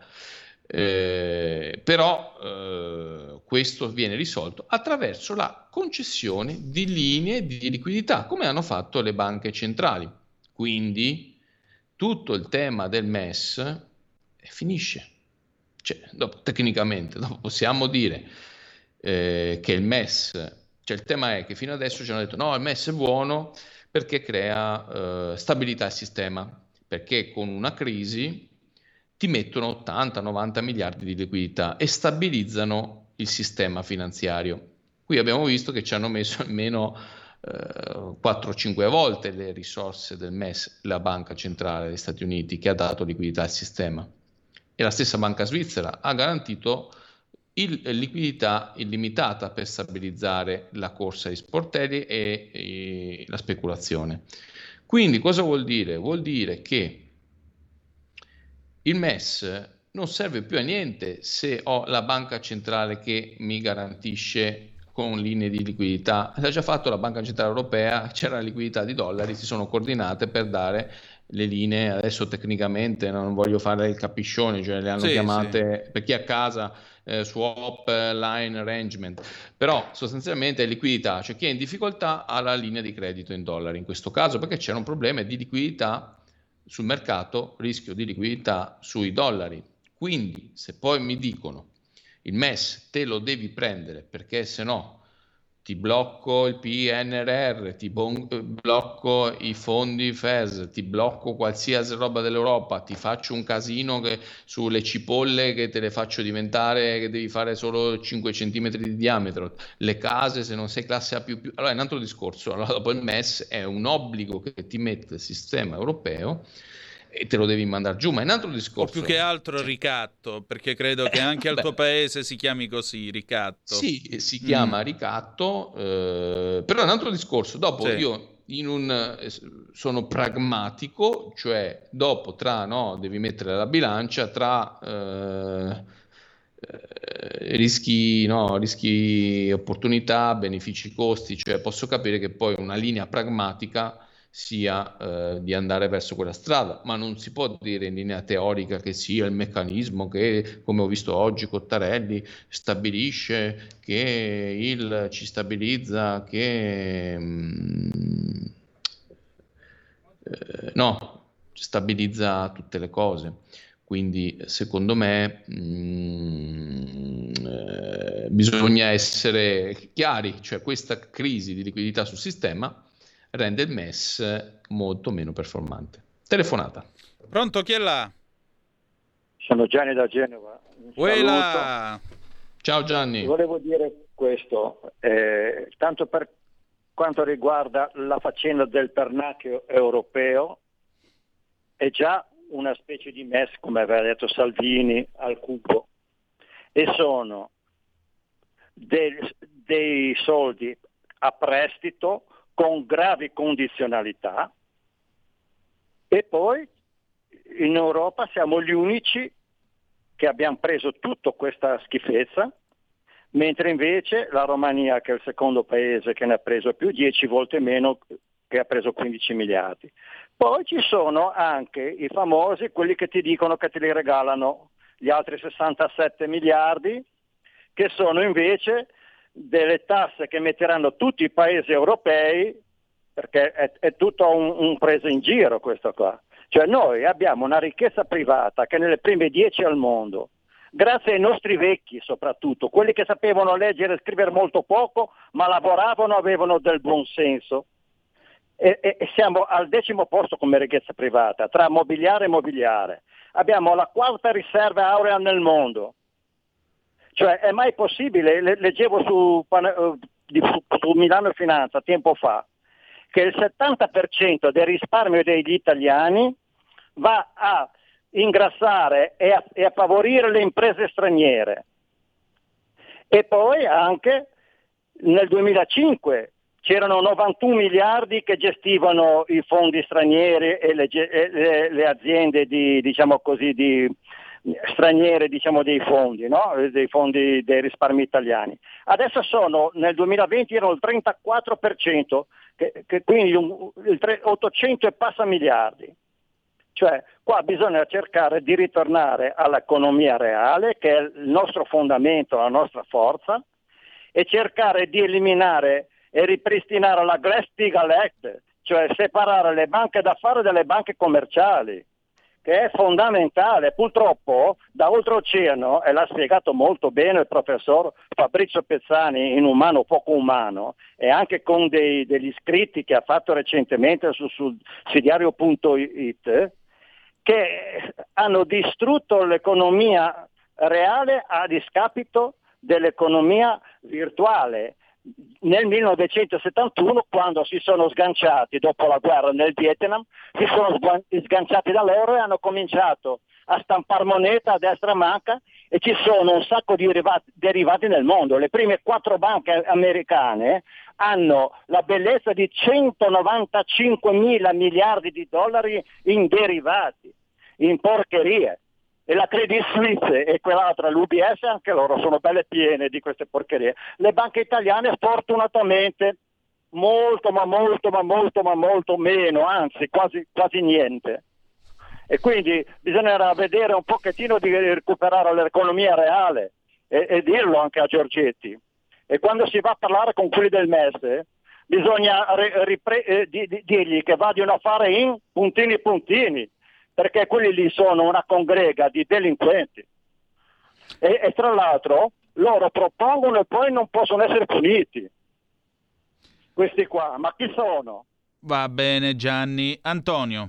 Speaker 8: Però questo viene risolto attraverso la concessione di linee di liquidità, come hanno fatto le banche centrali. Quindi tutto il tema del MES finisce. Cioè, tecnicamente, dopo possiamo dire che il MES, cioè il tema è che fino adesso ci hanno detto no, il MES è buono perché crea stabilità al sistema, perché con una crisi ti mettono 80-90 miliardi di liquidità e stabilizzano il sistema finanziario. Qui abbiamo visto che ci hanno messo almeno 4-5 volte le risorse del MES, la Banca Centrale degli Stati Uniti, che ha dato liquidità al sistema. E la stessa Banca Svizzera ha garantito liquidità illimitata per stabilizzare la corsa ai sportelli e la speculazione. Quindi cosa vuol dire? Vuol dire che il MES non serve più a niente se ho la banca centrale che mi garantisce con linee di liquidità. L'ha già fatto la Banca Centrale Europea, c'era la liquidità di dollari, si sono coordinate per dare le linee. Adesso tecnicamente non voglio fare il capiscione, cioè le hanno chiamate, per chi a casa, swap line arrangement, però sostanzialmente è liquidità, cioè chi è in difficoltà ha la linea di credito in dollari in questo caso, perché c'era un problema di liquidità sul mercato, rischio di liquidità sui dollari. Quindi se poi mi dicono il MES te lo devi prendere perché se no ti blocco il PNRR, ti blocco i fondi FES, ti blocco qualsiasi roba dell'Europa, ti faccio un casino sulle cipolle che te le faccio diventare, che devi fare solo 5 centimetri di diametro, le case se non sei classe A++. Allora è un altro discorso. Allora dopo il MES è un obbligo che ti mette il sistema europeo e te lo devi mandare giù, ma è un altro discorso.
Speaker 2: O più che altro ricatto, perché credo che anche al tuo paese si chiami così, ricatto.
Speaker 8: Sì, si chiama ricatto, però è un altro discorso. Dopo io sono pragmatico, cioè dopo devi mettere la bilancia tra rischi, opportunità, benefici, costi, cioè posso capire che poi una linea pragmatica sia di andare verso quella strada, ma non si può dire in linea teorica che sia il meccanismo che, come ho visto oggi Cottarelli, stabilisce che ci stabilizza che no, stabilizza tutte le cose. Quindi secondo me bisogna essere chiari, cioè questa crisi di liquidità sul sistema rende il MES molto meno performante. Telefonata.
Speaker 2: Pronto, chi è là?
Speaker 9: Sono Gianni da Genova.
Speaker 2: Uela!
Speaker 8: Ciao Gianni.
Speaker 9: Volevo dire questo, tanto per quanto riguarda la faccenda del pernacchio europeo, è già una specie di MES, come aveva detto Salvini, al cubo, e sono dei soldi a prestito con gravi condizionalità, e poi in Europa siamo gli unici che abbiamo preso tutta questa schifezza, mentre invece la Romania, che è il secondo paese che ne ha preso più, 10 volte meno, che ha preso 15 miliardi. Poi ci sono anche i famosi, quelli che ti dicono che te li regalano, gli altri 67 miliardi, che sono invece delle tasse che metteranno tutti i paesi europei, perché è tutto un preso in giro questo qua. Cioè noi abbiamo una ricchezza privata che è nelle prime 10 al mondo, grazie ai nostri vecchi soprattutto, quelli che sapevano leggere e scrivere molto poco, ma lavoravano, avevano del buon senso. E siamo al 10° posto come ricchezza privata, tra mobiliare e mobiliare. Abbiamo la 4ª riserva aurea nel mondo. Cioè è mai possibile, leggevo su Milano Finanza tempo fa, che il 70% del risparmio degli italiani va a ingrassare e a favorire le imprese straniere. E poi anche nel 2005 c'erano 91 miliardi che gestivano i fondi stranieri e le aziende straniere, dei fondi, no? Dei fondi dei risparmi italiani. Adesso nel 2020 erano il 34%, quindi 800 e passa miliardi. Cioè qua bisogna cercare di ritornare all'economia reale, che è il nostro fondamento, la nostra forza, e cercare di eliminare e ripristinare la Glass-Steagall Act, cioè separare le banche d'affari dalle banche commerciali, che è fondamentale. Purtroppo da oltreoceano, e l'ha spiegato molto bene il professor Fabrizio Pezzani in Umano Poco Umano, e anche con degli scritti che ha fatto recentemente sul sussidiario.it, che hanno distrutto l'economia reale a discapito dell'economia virtuale. Nel 1971, quando si sono sganciati dopo la guerra nel Vietnam, si sono sganciati da loro e hanno cominciato a stampare moneta a destra e manca, e ci sono un sacco di derivati nel mondo. Le prime 4 banche americane hanno la bellezza di 195 mila miliardi di dollari in derivati, in porcherie. E la Credit Suisse e quell'altra, l'UBS, anche loro sono belle piene di queste porcherie. Le banche italiane fortunatamente molto meno, anzi quasi niente. E quindi bisognerà vedere un pochettino di recuperare l'economia reale e dirlo anche a Giorgetti. E quando si va a parlare con quelli del MES bisogna dirgli che vadano a fare in puntini, perché quelli lì sono una congrega di delinquenti e tra l'altro loro propongono e poi non possono essere puniti, questi qua, ma chi sono?
Speaker 2: Va bene Gianni. Antonio.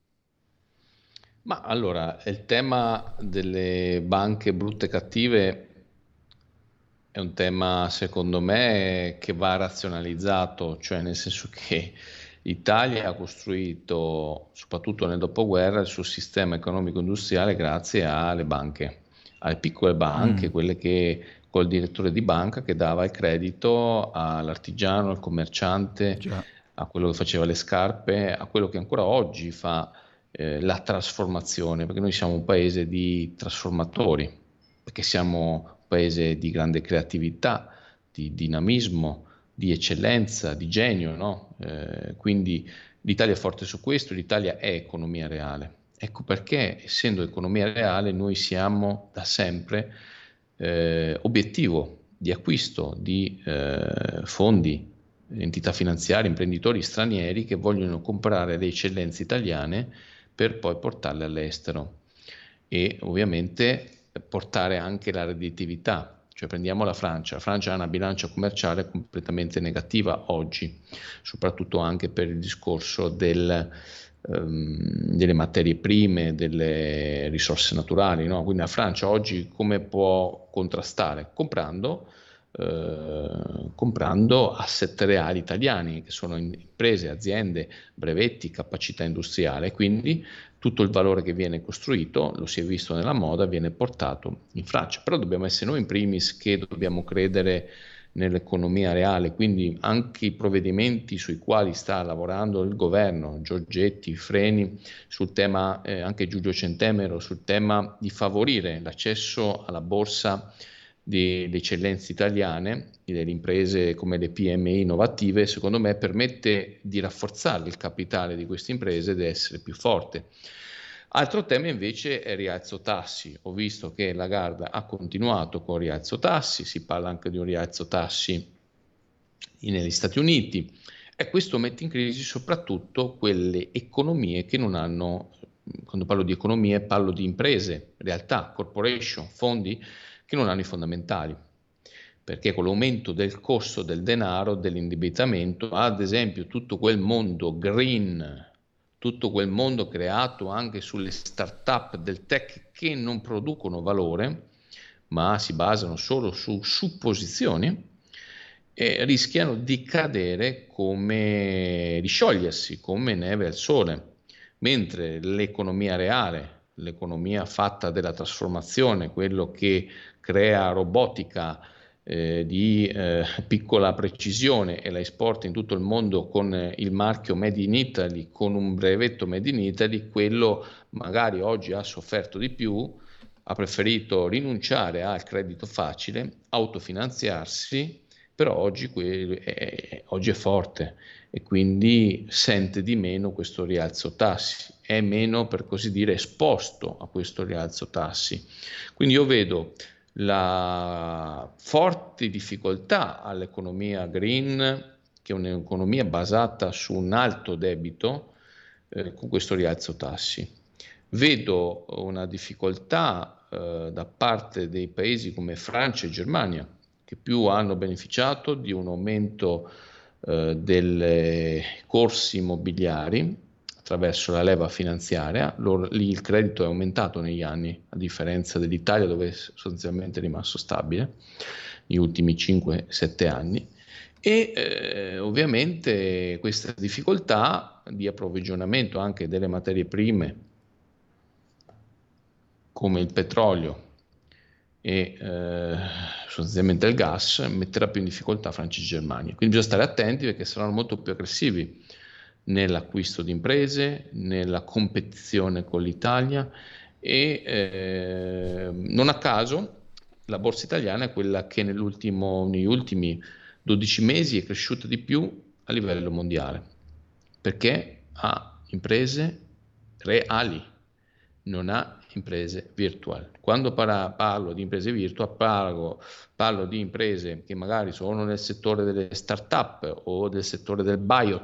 Speaker 8: Ma allora, il tema delle banche brutte e cattive è un tema, secondo me, che va razionalizzato, cioè nel senso che l'Italia ha costruito, soprattutto nel dopoguerra, il suo sistema economico-industriale grazie alle banche, alle piccole banche, quelle che col direttore di banca che dava il credito all'artigiano, al commerciante, a quello che faceva le scarpe, a quello che ancora oggi fa la trasformazione, perché noi siamo un paese di trasformatori, perché siamo un paese di grande creatività, di dinamismo, di eccellenza, di genio, no? Quindi L'Italia è forte su questo, l'Italia è economia reale. Ecco perché, essendo economia reale, noi siamo da sempre obiettivo di acquisto di fondi, entità finanziarie, imprenditori stranieri che vogliono comprare le eccellenze italiane per poi portarle all'estero e ovviamente portare anche la redditività. Cioè prendiamo la Francia ha una bilancia commerciale completamente negativa oggi, soprattutto anche per il discorso delle materie prime, delle risorse naturali, no? Quindi la Francia oggi come può contrastare? Comprando asset reali italiani, che sono imprese, aziende, brevetti, capacità industriale, quindi tutto il valore che viene costruito, lo si è visto nella moda, viene portato in Francia. Però dobbiamo essere noi in primis che dobbiamo credere nell'economia reale, quindi anche i provvedimenti sui quali sta lavorando il governo, Giorgetti, Freni, sul tema, anche Giulio Centemero, sul tema di favorire l'accesso alla borsa delle eccellenze italiane, delle imprese come le PMI innovative, secondo me permette di rafforzare il capitale di queste imprese ed essere più forte. Altro tema invece è rialzo tassi. Ho visto che Lagarde ha continuato con rialzo tassi, si parla anche di un rialzo tassi negli Stati Uniti e questo mette in crisi soprattutto quelle economie che non hanno, quando parlo di economie parlo di imprese, realtà, corporation, fondi che non hanno i fondamentali, perché con l'aumento del costo del denaro, dell'indebitamento, ad esempio tutto quel mondo green, tutto quel mondo creato anche sulle start-up del tech che non producono valore, ma si basano solo su supposizioni, rischiano di cadere di sciogliersi come neve al sole, mentre l'economia reale, l'economia fatta della trasformazione, quello che crea robotica di piccola precisione e la esporta in tutto il mondo con il marchio Made in Italy, con un brevetto Made in Italy, quello magari oggi ha sofferto di più, ha preferito rinunciare al credito facile, autofinanziarsi, però oggi è forte e quindi sente di meno questo rialzo tassi, è meno, per così dire, esposto a questo rialzo tassi. Quindi io vedo la forte difficoltà all'economia green, che è un'economia basata su un alto debito, con questo rialzo tassi. Vedo una difficoltà da parte dei paesi come Francia e Germania, che più hanno beneficiato di un aumento delle corsi immobiliari attraverso la leva finanziaria. Lì il credito è aumentato negli anni, a differenza dell'Italia dove sostanzialmente è rimasto stabile negli ultimi 5-7 anni. E ovviamente questa difficoltà di approvvigionamento anche delle materie prime come il petrolio e sostanzialmente il gas metterà più in difficoltà Francia e Germania. Quindi bisogna stare attenti perché saranno molto più aggressivi nell'acquisto di imprese, nella competizione con l'Italia e non a caso la borsa italiana è quella che negli ultimi 12 mesi è cresciuta di più a livello mondiale, perché ha imprese reali, non ha imprese virtuali. Quando parlo di imprese virtuali, parlo di imprese che magari sono nel settore delle start-up o del settore del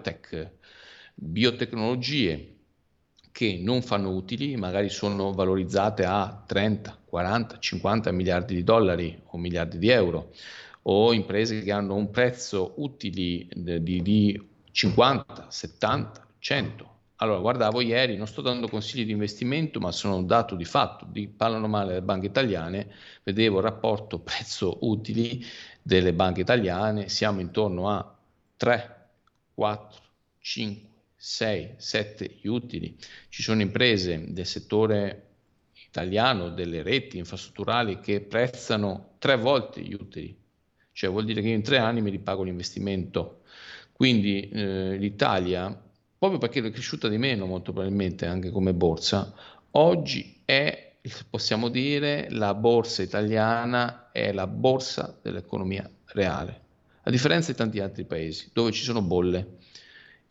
Speaker 8: biotecnologie che non fanno utili, magari sono valorizzate a 30, 40, 50 miliardi di dollari o miliardi di euro, o imprese che hanno un prezzo utili di 50, 70, 100. Allora, guardavo ieri, non sto dando consigli di investimento, ma sono un dato di fatto, parlano male le banche italiane, vedevo il rapporto prezzo-utili delle banche italiane, siamo intorno a 3, 4, 5, 6, 7 utili. Ci sono imprese del settore italiano, delle reti infrastrutturali che prezzano 3 volte gli utili, cioè vuol dire che in 3 anni mi ripago l'investimento. Quindi l'Italia, proprio perché è cresciuta di meno molto probabilmente anche come borsa, oggi possiamo dire, la borsa italiana è la borsa dell'economia reale, a differenza di tanti altri paesi dove ci sono bolle e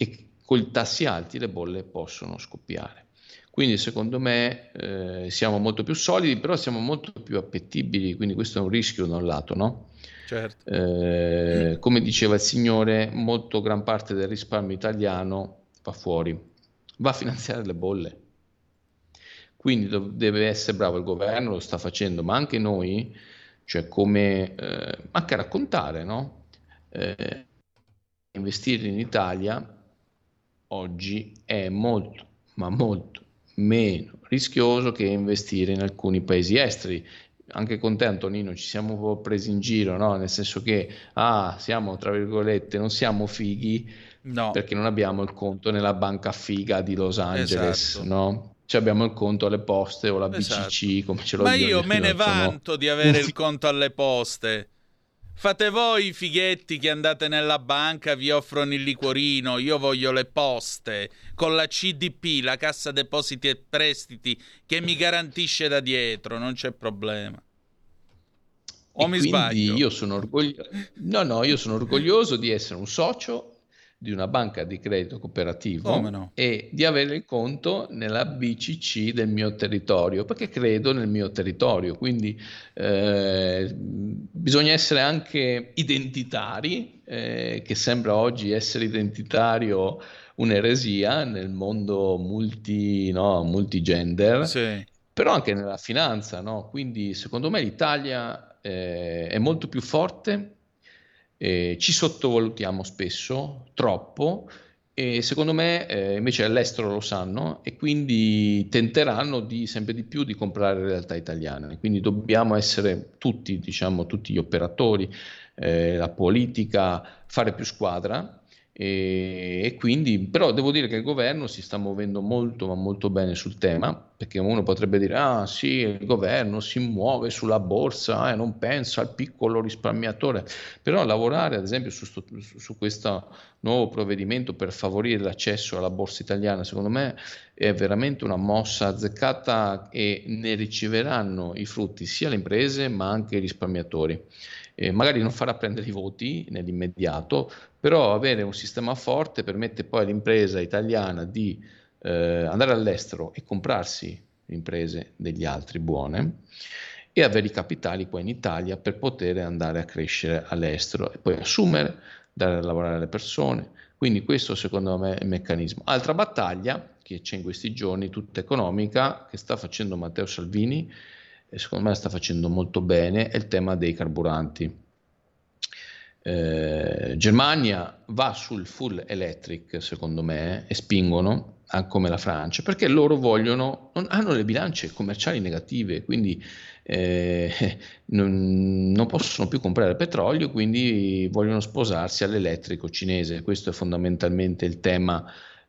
Speaker 8: con i tassi alti le bolle possono scoppiare. Quindi secondo me siamo molto più solidi, però siamo molto più appetibili, quindi questo è un rischio da un lato, no?
Speaker 2: Certo.
Speaker 8: Come diceva il signore, gran parte del risparmio italiano va fuori, va a finanziare le bolle. Quindi deve essere bravo il governo, lo sta facendo, ma anche noi, cioè come anche raccontare, no? Investire in Italia oggi è molto, ma molto meno rischioso che investire in alcuni paesi esteri. Anche con te, Antonino, ci siamo un po' presi in giro, no? Nel senso che siamo, tra virgolette, non siamo fighi,
Speaker 2: no,
Speaker 8: perché non abbiamo il conto nella banca figa di Los Angeles,
Speaker 2: esatto,
Speaker 8: no? Cioè abbiamo il conto alle poste o la
Speaker 2: esatto,
Speaker 8: BCC, come ce l'ho
Speaker 2: ma
Speaker 8: io
Speaker 2: me ne vanto di avere il conto alle poste. Fate voi i fighetti che andate nella banca, vi offrono il liquorino, io voglio le poste, con la CDP, la Cassa Depositi e Prestiti, che mi garantisce da dietro, non c'è problema. O mi sbaglio?
Speaker 8: Io sono io sono orgoglioso di essere un socio di una banca di credito cooperativo.
Speaker 2: Come no?
Speaker 8: E di avere il conto nella BCC del mio territorio, perché credo nel mio territorio, quindi bisogna essere anche identitari, che sembra oggi essere identitario un'eresia nel mondo multigender,
Speaker 2: sì,
Speaker 8: però anche nella finanza, no? Quindi secondo me l'Italia è molto più forte. Ci sottovalutiamo spesso, troppo, e secondo me invece all'estero lo sanno e quindi tenteranno sempre di più di comprare realtà italiane. Quindi dobbiamo essere tutti, tutti gli operatori, la politica, fare più squadra. E quindi, però devo dire che il governo si sta muovendo molto ma molto bene sul tema, perché uno potrebbe dire sì, il governo si muove sulla borsa e non pensa al piccolo risparmiatore, però lavorare ad esempio su questo nuovo provvedimento per favorire l'accesso alla borsa italiana, secondo me è veramente una mossa azzeccata e ne riceveranno i frutti sia le imprese ma anche i risparmiatori. Magari non farà prendere i voti nell'immediato, però avere un sistema forte permette poi all'impresa italiana di andare all'estero e comprarsi le imprese degli altri buone e avere i capitali poi in Italia per poter andare a crescere all'estero e poi assumere, dare a lavorare alle persone. Quindi questo secondo me è il meccanismo. Altra battaglia che c'è in questi giorni, tutta economica, che sta facendo Matteo Salvini, e secondo me la sta facendo molto bene, è il tema dei carburanti. Germania va sul full electric, secondo me, e spingono, come la Francia, perché loro hanno le bilance commerciali negative, quindi non possono più comprare petrolio, quindi vogliono sposarsi all'elettrico cinese. Questo è fondamentalmente il tema,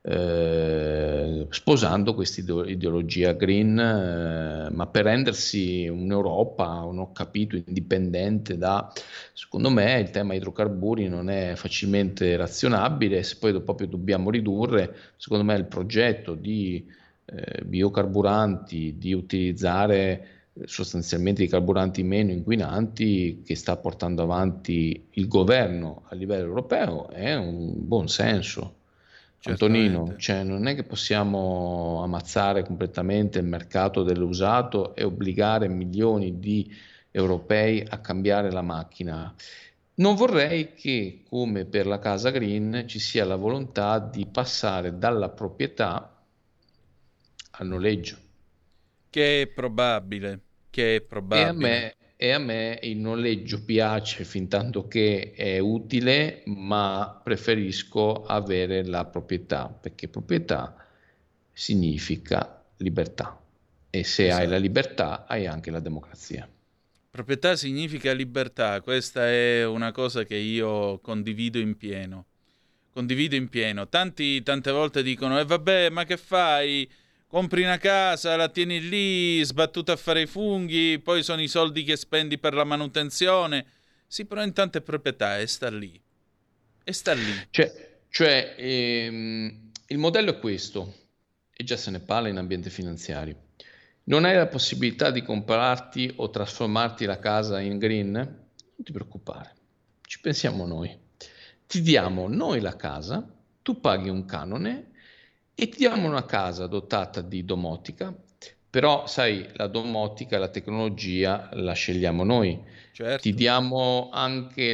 Speaker 8: sposando questa ideologia green, ma per rendersi un'Europa, non ho capito, indipendente secondo me il tema idrocarburi non è facilmente razionabile. Se poi proprio dobbiamo ridurre, secondo me il progetto di biocarburanti, di utilizzare sostanzialmente i carburanti meno inquinanti che sta portando avanti il governo a livello europeo è un buon senso. Antonino, non è che possiamo ammazzare completamente il mercato dell'usato e obbligare milioni di europei a cambiare la macchina. Non vorrei che, come per la casa green, ci sia la volontà di passare dalla proprietà al noleggio.
Speaker 2: Che è probabile.
Speaker 8: E a me il noleggio piace fintanto che è utile, ma preferisco avere la proprietà, perché proprietà significa libertà e se hai la libertà hai anche la democrazia.
Speaker 2: Proprietà significa libertà, questa è una cosa che io condivido in pieno. Tante volte dicono vabbè, ma che fai? Compri una casa, la tieni lì, sbattuta a fare i funghi, poi sono i soldi che spendi per la manutenzione. Sì, però intanto è proprietà e sta lì.
Speaker 8: Il modello è questo, e già se ne parla in ambiente finanziario. Non hai la possibilità di comprarti o trasformarti la casa in green? Non ti preoccupare, ci pensiamo noi. Ti diamo noi la casa tu paghi un canone e ti diamo una casa dotata di domotica, però sai, la domotica, la tecnologia la scegliamo noi.
Speaker 2: Certo.
Speaker 8: Ti diamo anche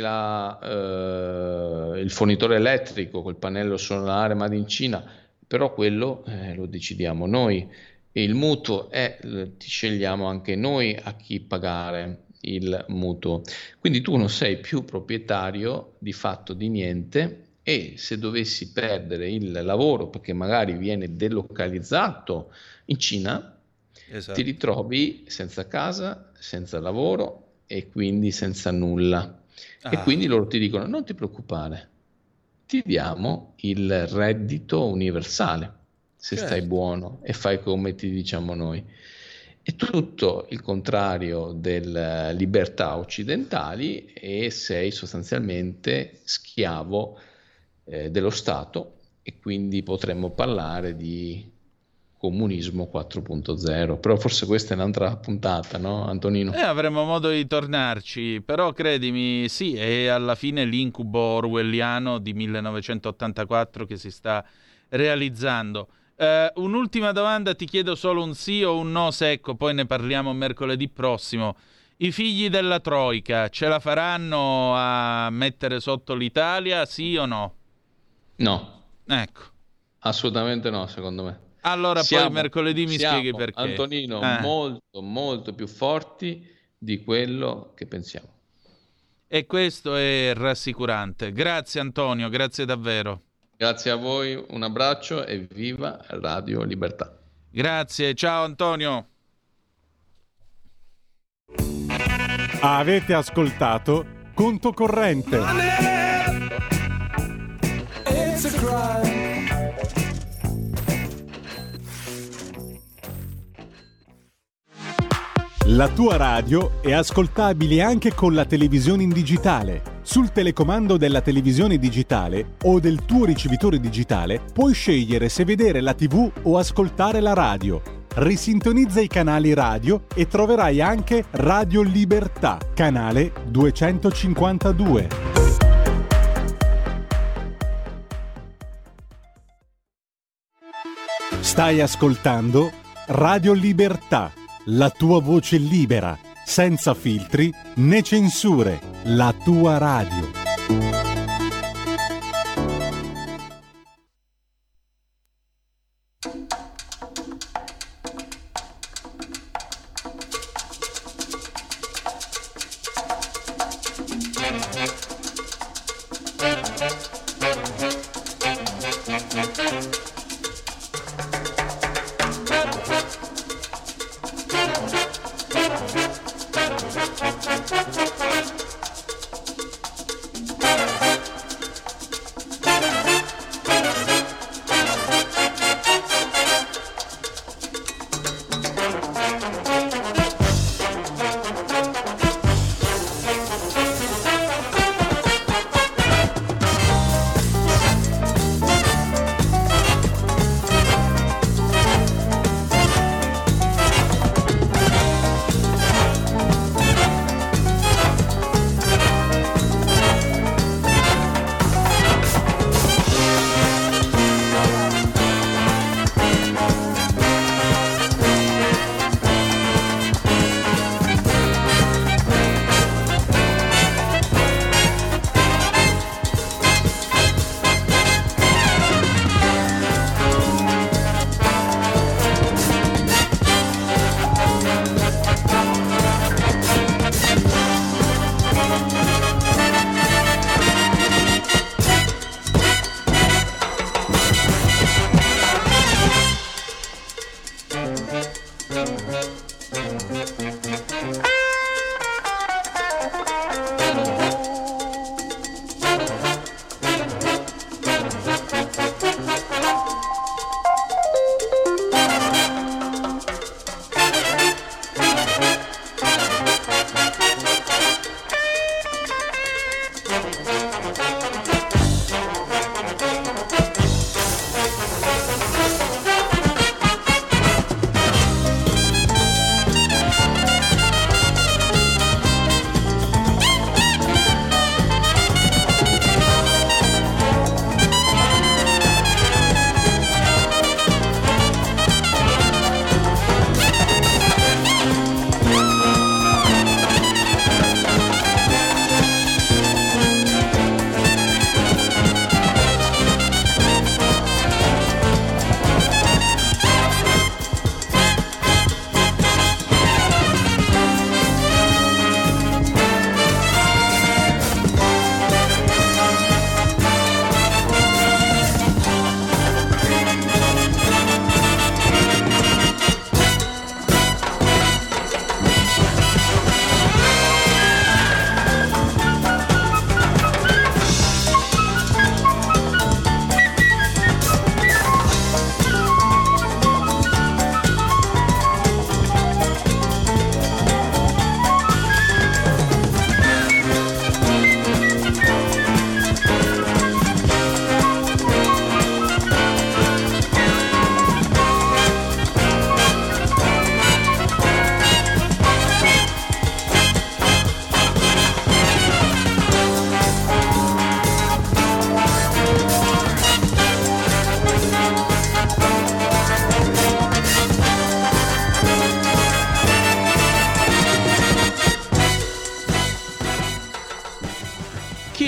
Speaker 8: il fornitore elettrico col pannello solare made in Cina, però quello lo decidiamo noi. E il mutuo ti scegliamo anche noi a chi pagare il mutuo. Quindi tu non sei più proprietario di fatto di niente, e se dovessi perdere il lavoro perché magari viene delocalizzato in Cina,
Speaker 2: Esatto.
Speaker 8: ti ritrovi senza casa, senza lavoro e quindi senza nulla. E quindi loro ti dicono: non ti preoccupare, ti diamo il reddito universale se
Speaker 2: Certo.
Speaker 8: stai buono e fai come ti diciamo noi. È tutto il contrario delle libertà occidentali, e sei sostanzialmente schiavo dello Stato, e quindi potremmo parlare di comunismo 4.0, però forse questa è un'altra puntata, no, Antonino?
Speaker 2: Avremo modo di tornarci, però credimi, sì, è alla fine l'incubo orwelliano di 1984 che si sta realizzando. Un'ultima domanda, ti chiedo solo un sì o un no secco, poi ne parliamo mercoledì prossimo. I figli della Troica ce la faranno a mettere sotto l'Italia, sì o no?
Speaker 8: No.
Speaker 2: Ecco.
Speaker 8: Assolutamente no, secondo me.
Speaker 2: Allora poi mercoledì mi spieghi perché.
Speaker 8: Antonino, molto, molto più forti di quello che pensiamo.
Speaker 2: E questo è rassicurante. Grazie Antonio, grazie davvero.
Speaker 8: Grazie a voi, un abbraccio e viva Radio Libertà.
Speaker 2: Grazie, ciao Antonio.
Speaker 1: Avete ascoltato Conto Corrente.
Speaker 3: It's a crime.
Speaker 1: La tua radio è ascoltabile anche con la televisione in digitale. Sul telecomando della televisione digitale o del tuo ricevitore digitale puoi scegliere se vedere la TV o ascoltare la radio. Risintonizza i canali radio e troverai anche Radio Libertà, canale 252. Stai ascoltando Radio Libertà, la tua voce libera, senza filtri né censure, la tua radio.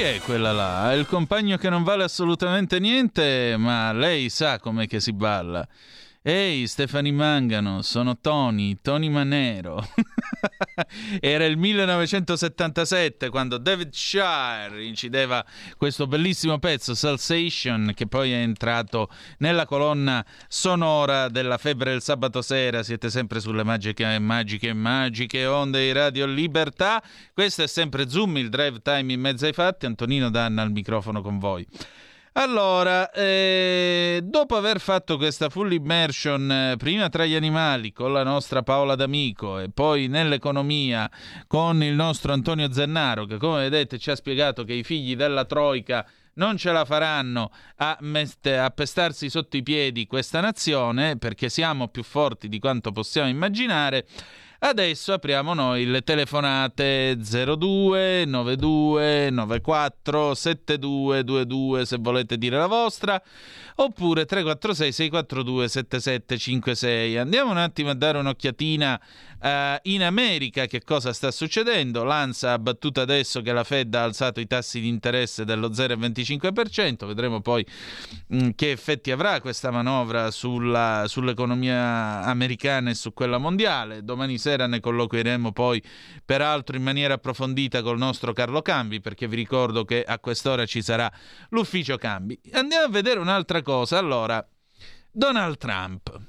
Speaker 2: Che è quella là? È il compagno che non vale assolutamente niente, ma lei sa com'è che si balla. Ehi, Stefani Mangano, sono Tony Manero. Era il 1977 quando David Shire incideva questo bellissimo pezzo, Salsation, che poi è entrato nella colonna sonora della Febbre del sabato sera. Siete sempre sulle magiche onde di Radio Libertà. Questo è sempre Zoom, il drive time in mezzo ai fatti. Antonino Danna al microfono con voi. Allora, dopo aver fatto questa full immersion prima tra gli animali con la nostra Paola D'Amico e poi nell'economia con il nostro Antonio Zennaro, che come vedete ci ha spiegato che i figli della Troica non ce la faranno a pestarsi sotto i piedi questa nazione, perché siamo più forti di quanto possiamo immaginare. Adesso apriamo noi le telefonate 02 92 94 7222 se volete dire la vostra, oppure 346 642 7756. Andiamo un attimo a dare un'occhiatina in America che cosa sta succedendo. L'ANSA ha battuto adesso che la Fed ha alzato i tassi di interesse dello 0,25%. Vedremo poi che effetti avrà questa manovra sull'economia americana e su quella mondiale. Domani sera ne colloquieremo poi peraltro in maniera approfondita col nostro Carlo Cambi, perché vi ricordo che a quest'ora ci sarà l'ufficio Cambi. Andiamo a vedere un'altra cosa. Allora, Donald Trump,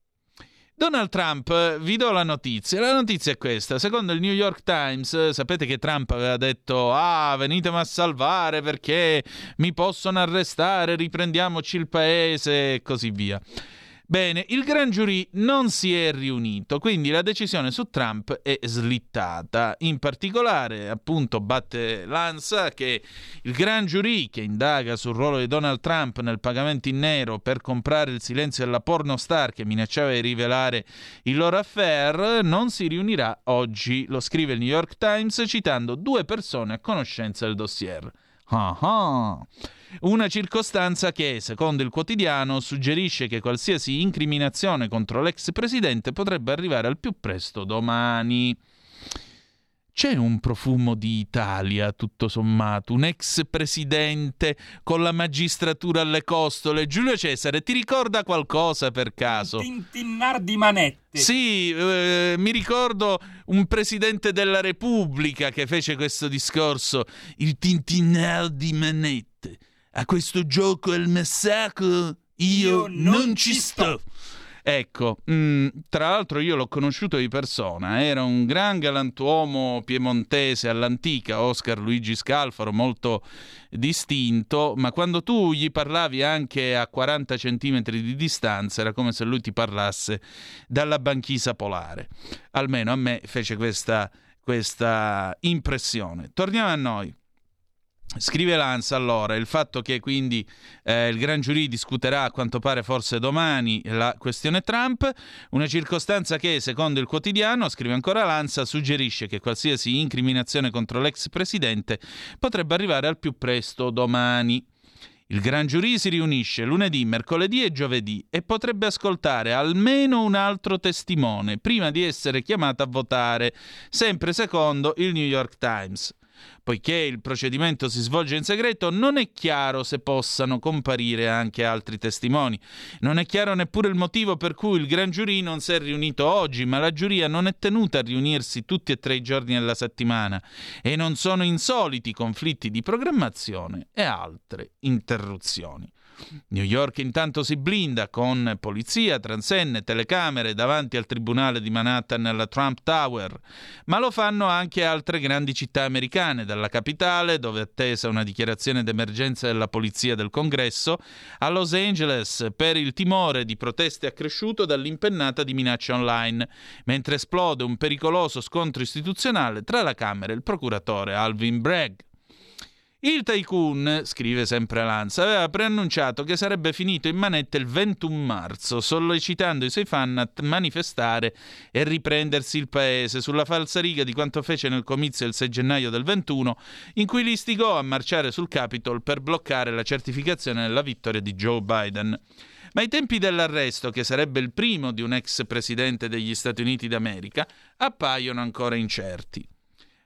Speaker 2: vi do la notizia è questa. Secondo il New York Times, sapete che Trump aveva detto venitemi a salvare perché mi possono arrestare, riprendiamoci il paese e così via. Bene, il Gran Giurì non si è riunito, quindi la decisione su Trump è slittata. In particolare, appunto, batte l'ANSA che il Gran Giurì, che indaga sul ruolo di Donald Trump nel pagamento in nero per comprare il silenzio della pornostar che minacciava di rivelare il loro affair, non si riunirà oggi. Lo scrive il New York Times citando 2 persone a conoscenza del dossier. Una circostanza che, secondo il quotidiano, suggerisce che qualsiasi incriminazione contro l'ex presidente potrebbe arrivare al più presto domani. C'è un profumo di Italia, tutto sommato, un ex presidente con la magistratura alle costole. Giulio Cesare, ti ricorda qualcosa per caso?
Speaker 10: Tintinnar di manette.
Speaker 2: Sì, mi ricordo un presidente della Repubblica che fece questo discorso, il tintinnar di manette. A questo gioco al massacro io non ci sto. Ecco, tra l'altro io l'ho conosciuto di persona, era un gran galantuomo piemontese all'antica, Oscar Luigi Scalfaro, molto distinto, ma quando tu gli parlavi anche a 40 centimetri di distanza era come se lui ti parlasse dalla banchisa polare. Almeno a me fece questa impressione. Torniamo a noi. Scrive l'ANSA allora il fatto che quindi il Gran Giurì discuterà a quanto pare forse domani la questione Trump, una circostanza che secondo il quotidiano, scrive ancora l'ANSA, suggerisce che qualsiasi incriminazione contro l'ex presidente potrebbe arrivare al più presto domani. Il Gran Giurì si riunisce lunedì, mercoledì e giovedì e potrebbe ascoltare almeno un altro testimone prima di essere chiamato a votare, sempre secondo il New York Times. Poiché il procedimento si svolge in segreto, non è chiaro se possano comparire anche altri testimoni. Non è chiaro neppure il motivo per cui il Gran Giurì non si è riunito oggi, ma la giuria non è tenuta a riunirsi tutti e 3 i giorni della settimana e non sono insoliti conflitti di programmazione e altre interruzioni. New York intanto si blinda con polizia, transenne, telecamere davanti al tribunale di Manhattan alla Trump Tower, ma lo fanno anche altre grandi città americane, dalla capitale, dove è attesa una dichiarazione d'emergenza della polizia del Congresso, a Los Angeles per il timore di proteste accresciuto dall'impennata di minacce online, mentre esplode un pericoloso scontro istituzionale tra la Camera e il procuratore Alvin Bragg. Il tycoon, scrive sempre l'ANSA, aveva preannunciato che sarebbe finito in manette il 21 marzo, sollecitando i suoi fan a manifestare e riprendersi il paese, sulla falsariga di quanto fece nel comizio del 6 gennaio del 21, in cui li istigò a marciare sul Capitol per bloccare la certificazione della vittoria di Joe Biden. Ma i tempi dell'arresto, che sarebbe il primo di un ex presidente degli Stati Uniti d'America, appaiono ancora incerti.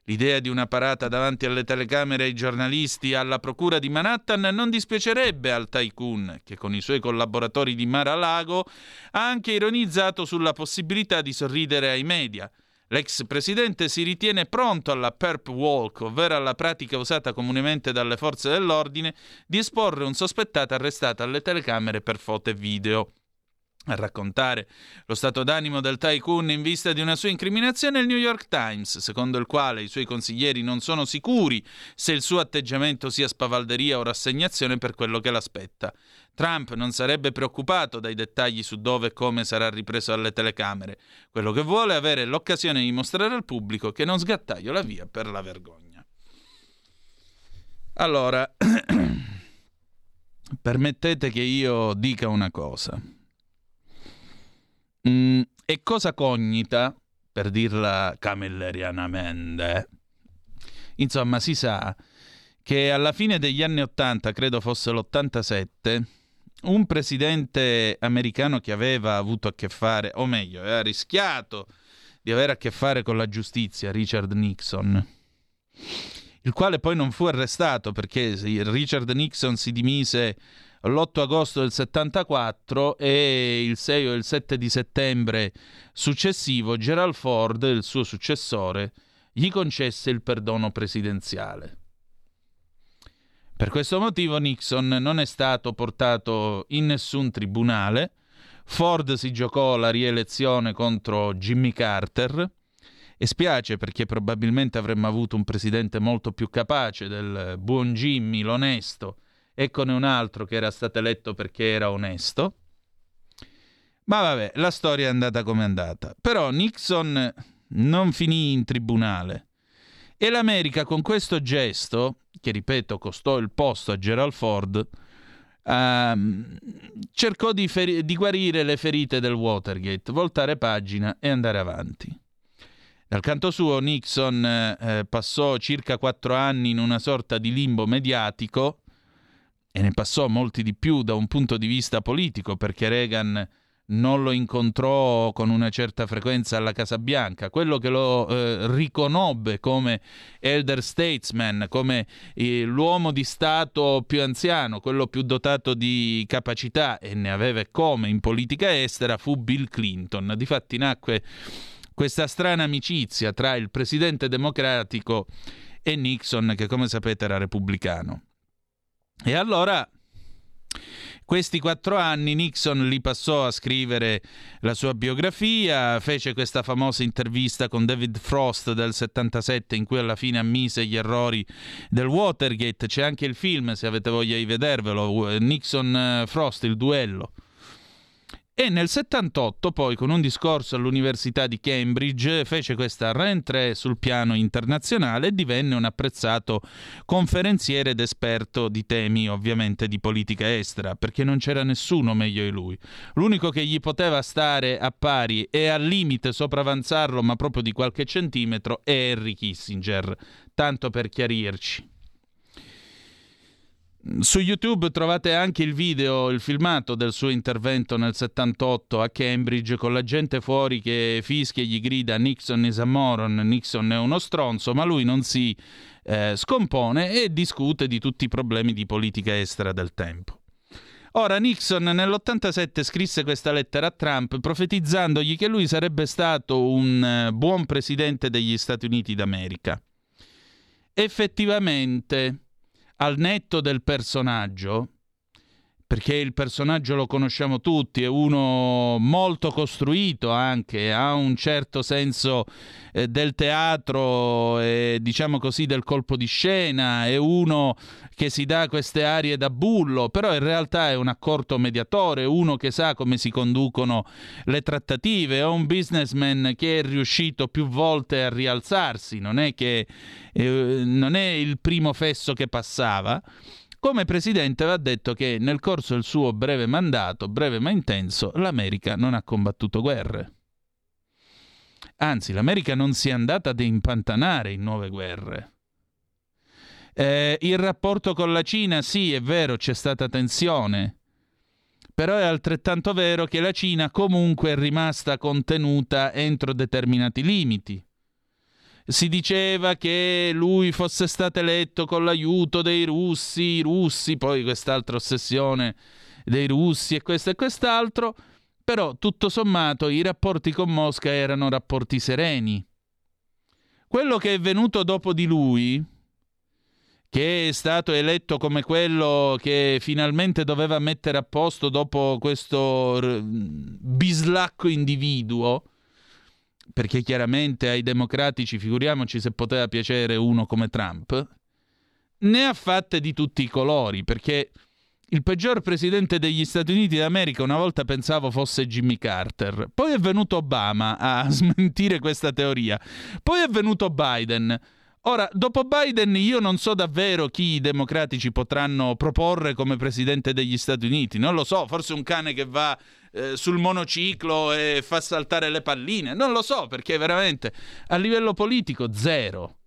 Speaker 2: L'idea di una parata davanti alle telecamere e ai giornalisti alla procura di Manhattan non dispiacerebbe al tycoon, che con i suoi collaboratori di Mar-a-Lago ha anche ironizzato sulla possibilità di sorridere ai media. L'ex presidente si ritiene pronto alla perp walk, ovvero alla pratica usata comunemente dalle forze dell'ordine di esporre un sospettato arrestato alle telecamere per foto e video. A raccontare lo stato d'animo del tycoon in vista di una sua incriminazione il New York Times, secondo il quale i suoi consiglieri non sono sicuri se il suo atteggiamento sia spavalderia o rassegnazione per quello che l'aspetta. Trump non sarebbe preoccupato dai dettagli su dove e come sarà ripreso dalle telecamere. Quello che vuole è avere l'occasione di mostrare al pubblico che non sgattaiola via per la vergogna. Allora, permettete che io dica una cosa. E cosa cognita, per dirla camillerianamente, insomma si sa che alla fine degli anni 80, credo fosse l'87, un presidente americano che aveva avuto a che fare, o meglio, aveva rischiato di avere a che fare con la giustizia, Richard Nixon, il quale poi non fu arrestato perché Richard Nixon si dimise l'8 agosto del 74 e il 6 o il 7 di settembre successivo Gerald Ford, il suo successore, gli concesse il perdono presidenziale. Per questo motivo Nixon non è stato portato in nessun tribunale. Ford si giocò la rielezione contro Jimmy Carter e spiace perché probabilmente avremmo avuto un presidente molto più capace del buon Jimmy, l'onesto. Eccone un altro che era stato eletto perché era onesto. Ma vabbè, la storia è andata come è andata. Però Nixon non finì in tribunale. E l'America con questo gesto, che ripeto costò il posto a Gerald Ford, cercò di guarire le ferite del Watergate, voltare pagina e andare avanti. Dal canto suo Nixon passò circa 4 anni in una sorta di limbo mediatico, e ne passò molti di più da un punto di vista politico, perché Reagan non lo incontrò con una certa frequenza alla Casa Bianca. Quello che lo riconobbe come elder statesman, come l'uomo di Stato più anziano, quello più dotato di capacità, e ne aveva come in politica estera, fu Bill Clinton. Difatti nacque questa strana amicizia tra il presidente democratico e Nixon, che come sapete era repubblicano. E allora questi 4 anni Nixon li passò a scrivere la sua biografia, fece questa famosa intervista con David Frost del 77 in cui alla fine ammise gli errori del Watergate. C'è anche il film, se avete voglia di vedervelo, Nixon-Frost, il duello. E nel 78 poi, con un discorso all'Università di Cambridge, fece questa rentrée sul piano internazionale e divenne un apprezzato conferenziere ed esperto di temi ovviamente di politica estera, perché non c'era nessuno meglio di lui. L'unico che gli poteva stare a pari e al limite sopravanzarlo, ma proprio di qualche centimetro, è Henry Kissinger, tanto per chiarirci. Su YouTube trovate anche il video, il filmato del suo intervento nel 78 a Cambridge, con la gente fuori che fischia e gli grida Nixon is a moron, Nixon è uno stronzo, ma lui non si scompone e discute di tutti i problemi di politica estera del tempo. Ora Nixon nell'87 scrisse questa lettera a Trump profetizzandogli che lui sarebbe stato un buon presidente degli Stati Uniti d'America. Effettivamente, al netto del personaggio, perché il personaggio lo conosciamo tutti, è uno molto costruito anche, ha un certo senso del teatro e diciamo così del colpo di scena, è uno che si dà queste arie da bullo, però in realtà è un accorto mediatore, uno che sa come si conducono le trattative, è un businessman che è riuscito più volte a rialzarsi, non è che non è il primo fesso che passava. Come presidente va detto che nel corso del suo breve mandato, breve ma intenso, l'America non ha combattuto guerre. Anzi, l'America non si è andata ad impantanare in nuove guerre. Il rapporto con la Cina, sì, è vero, c'è stata tensione, però è altrettanto vero che la Cina comunque è rimasta contenuta entro determinati limiti. si diceva che lui fosse stato eletto con l'aiuto dei russi, i russi, poi quest'altra ossessione dei russi e questo e quest'altro, però tutto sommato i rapporti con Mosca erano rapporti sereni. Quello che è venuto dopo di lui, che è stato eletto come quello che finalmente doveva mettere a posto dopo questo bislacco individuo, perché chiaramente ai democratici, figuriamoci se poteva piacere uno come Trump, ne ha fatte di tutti i colori, perché il peggior presidente degli Stati Uniti d'America una volta pensavo fosse Jimmy Carter, poi è venuto Obama a smentire questa teoria, poi è venuto Biden. Ora, dopo Biden io non so davvero chi i democratici potranno proporre come presidente degli Stati Uniti, non lo so, forse un cane che va sul monociclo e fa saltare le palline, non lo so, perché veramente a livello politico zero.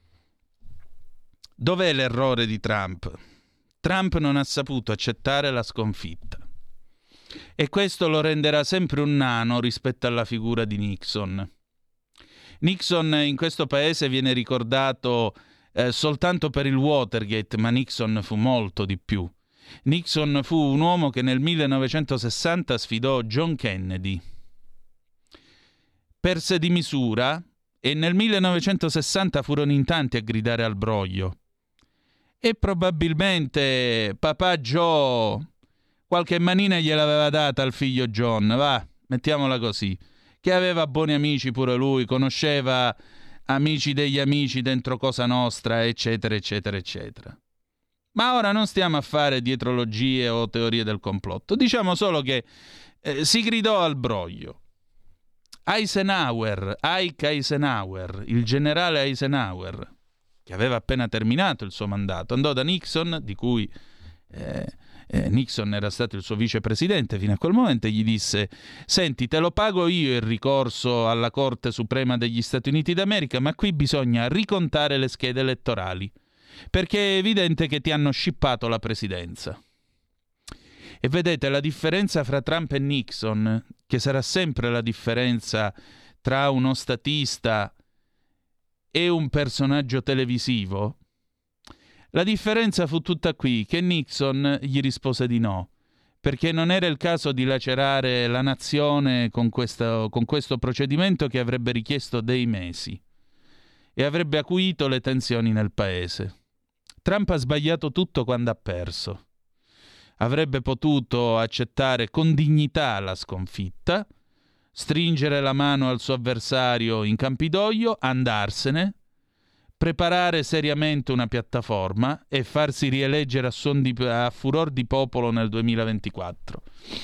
Speaker 2: Dov'è l'errore di Trump? Trump non ha saputo accettare la sconfitta e questo lo renderà sempre un nano rispetto alla figura di Nixon. Nixon in questo paese viene ricordato soltanto per il Watergate, ma Nixon fu molto di più. Nixon fu un uomo che nel 1960 sfidò John Kennedy. Perse di misura e nel 1960 furono in tanti a gridare al broglio. E probabilmente papà Joe qualche manina gliel'aveva data al figlio John, va, mettiamola così, che aveva buoni amici pure lui, conosceva amici degli amici dentro Cosa Nostra, eccetera, eccetera, eccetera. Ma ora non stiamo a fare dietrologie o teorie del complotto, diciamo solo che si gridò al broglio. Ike Eisenhower, il generale Eisenhower, che aveva appena terminato il suo mandato, andò da Nixon, di cui Nixon era stato il suo vicepresidente fino a quel momento, e gli disse: senti, te lo pago io il ricorso alla Corte Suprema degli Stati Uniti d'America, ma qui bisogna ricontare le schede elettorali, perché è evidente che ti hanno scippato la presidenza. E vedete la differenza fra Trump e Nixon, che sarà sempre la differenza tra uno statista e un personaggio televisivo. La differenza fu tutta qui, che Nixon gli rispose di no, perché non era il caso di lacerare la nazione con questo procedimento che avrebbe richiesto dei mesi e avrebbe acuito le tensioni nel paese. Trump ha sbagliato tutto quando ha perso. Avrebbe potuto accettare con dignità la sconfitta, stringere la mano al suo avversario in Campidoglio, andarsene, preparare seriamente una piattaforma e farsi rieleggere a furor di popolo nel 2024.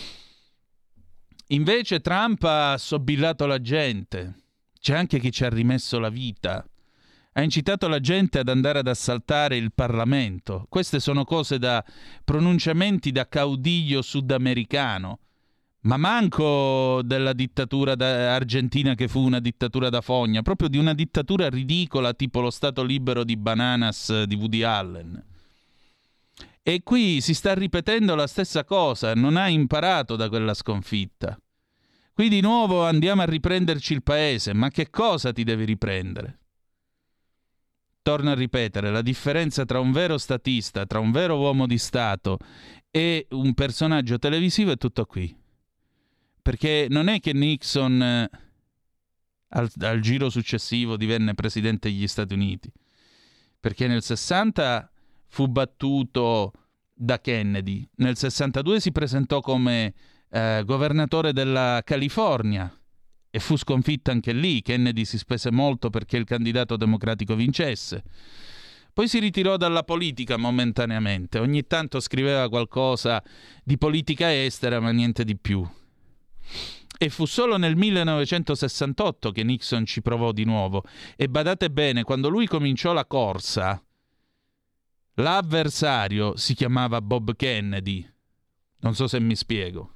Speaker 2: Invece Trump ha sobillato la gente, c'è anche chi ci ha rimesso la vita, ha incitato la gente ad andare ad assaltare il Parlamento. Queste sono cose da pronunciamenti da caudiglio sudamericano, ma manco della dittatura argentina, che fu una dittatura da fogna, proprio di una dittatura ridicola tipo lo Stato libero di Bananas di Woody Allen. E qui si sta ripetendo la stessa cosa, non ha imparato da quella sconfitta. Qui di nuovo andiamo a riprenderci il paese, ma che cosa ti devi riprendere? Torno a ripetere, la differenza tra un vero statista, tra un vero uomo di Stato e un personaggio televisivo è tutto qui. Perché non è che Nixon al giro successivo divenne presidente degli Stati Uniti, perché nel 60 fu battuto da Kennedy, nel 62 si presentò come governatore della California e fu sconfitto anche lì. Kennedy si spese molto perché il candidato democratico vincesse. Poi si ritirò dalla politica momentaneamente, ogni tanto scriveva qualcosa di politica estera, ma niente di più. E fu solo nel 1968 che Nixon ci provò di nuovo. E badate bene, quando lui cominciò la corsa, l'avversario si chiamava Bob Kennedy. Non so se mi spiego.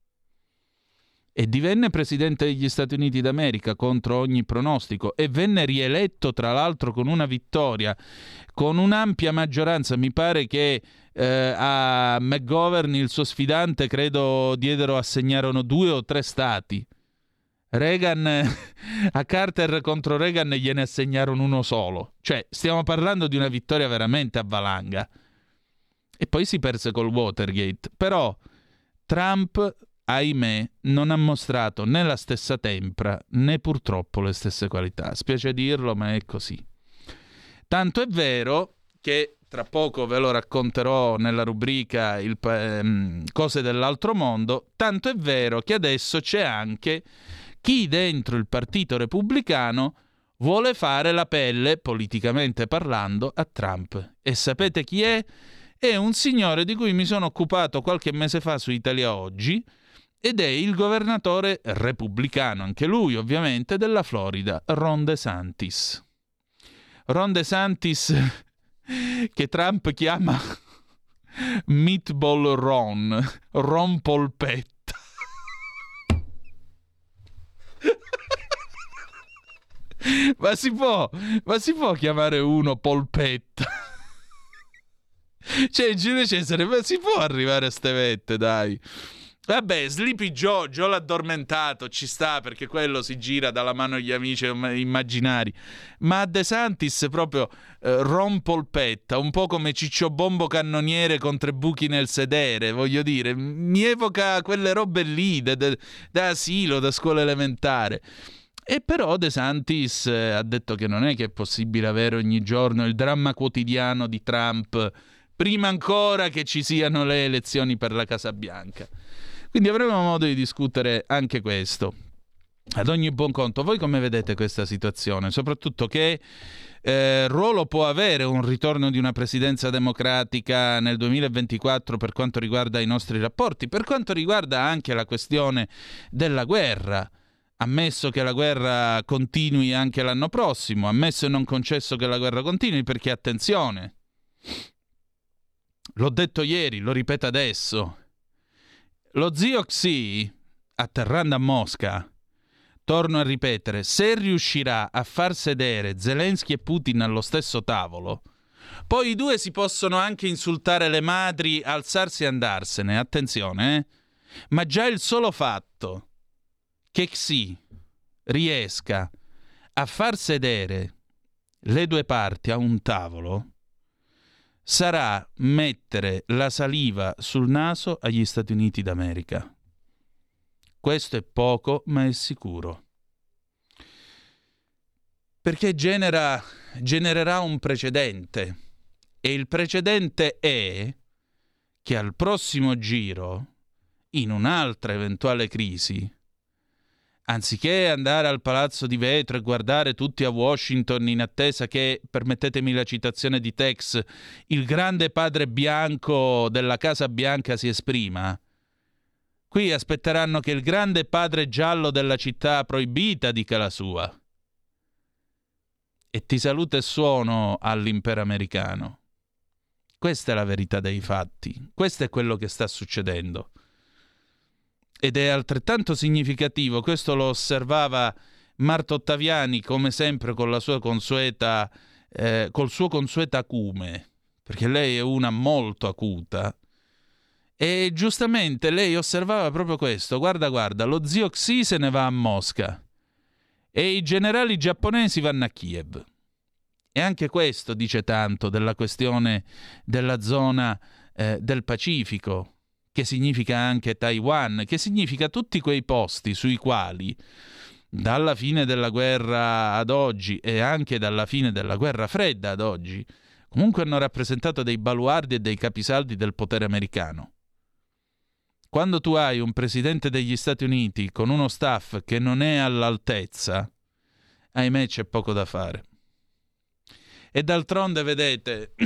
Speaker 2: E divenne presidente degli Stati Uniti d'America contro ogni pronostico e venne rieletto tra l'altro con una vittoria, con un'ampia maggioranza. Mi pare che a McGovern, il suo sfidante, credo assegnarono 2 o 3 stati A Carter contro Reagan gliene assegnarono uno solo. Cioè, stiamo parlando di una vittoria veramente a valanga. E poi si perse col Watergate. Però Trump, ahimè, non ha mostrato né la stessa tempra né purtroppo le stesse qualità. Spiace dirlo, ma è così. Tanto è vero che tra poco ve lo racconterò nella rubrica Cose dell'altro mondo. Tanto è vero che adesso c'è anche chi dentro il Partito Repubblicano vuole fare la pelle, politicamente parlando, a Trump. E sapete chi è? È un signore di cui mi sono occupato qualche mese fa su Italia Oggi, ed è il governatore repubblicano, anche lui ovviamente, della Florida, Ron DeSantis. Ron DeSantis, che Trump chiama Meatball Ron Polpetta. Ma si può chiamare uno polpetta? Cioè, Giulio Cesare, ma si può arrivare a ste vette, dai? Vabbè, Sleepy Joe l'addormentato, ci sta, perché quello si gira dalla mano agli amici immaginari. Ma De Santis proprio Ron Polpetta, un po' come Ciccio Bombo Cannoniere con 3 buchi nel sedere, voglio dire, mi evoca quelle robe lì, da asilo, da scuola elementare. E però De Santis ha detto che non è che è possibile avere ogni giorno il dramma quotidiano di Trump prima ancora che ci siano le elezioni per la Casa Bianca. Quindi avremo modo di discutere anche questo. Ad ogni buon conto, voi come vedete questa situazione? Soprattutto che ruolo può avere un ritorno di una presidenza democratica nel 2024 per quanto riguarda i nostri rapporti, per quanto riguarda anche la questione della guerra? Ammesso che la guerra continui anche l'anno prossimo, ammesso e non concesso che la guerra continui, perché attenzione, l'ho detto ieri, lo ripeto adesso, lo zio Xi, atterrando a Mosca, torno a ripetere, se riuscirà a far sedere Zelensky e Putin allo stesso tavolo, poi i due si possono anche insultare le madri, alzarsi e andarsene, attenzione, ma già il solo fatto che Xi riesca a far sedere le due parti a un tavolo sarà mettere la saliva sul naso agli Stati Uniti d'America. Questo è poco, ma è sicuro. Perché genererà un precedente. E il precedente è che al prossimo giro, in un'altra eventuale crisi, anziché andare al Palazzo di Vetro e guardare tutti a Washington in attesa che, permettetemi la citazione di Tex, il grande padre bianco della Casa Bianca si esprima, qui aspetteranno che il grande padre giallo della città proibita dica la sua. E ti saluta e suono all'impero americano. Questa è la verità dei fatti, questo è quello che sta succedendo. Ed è altrettanto significativo, questo lo osservava Marta Ottaviani, come sempre con la sua consueta, col suo consueto acume, perché lei è una molto acuta, e giustamente lei osservava proprio questo, guarda, lo zio Xi se ne va a Mosca e i generali giapponesi vanno a Kiev. E anche questo dice tanto della questione della zona del Pacifico, che significa anche Taiwan, che significa tutti quei posti sui quali dalla fine della guerra ad oggi e anche dalla fine della guerra fredda ad oggi comunque hanno rappresentato dei baluardi e dei capisaldi del potere americano. Quando tu hai un presidente degli Stati Uniti con uno staff che non è all'altezza, ahimè c'è poco da fare. E d'altronde, vedete,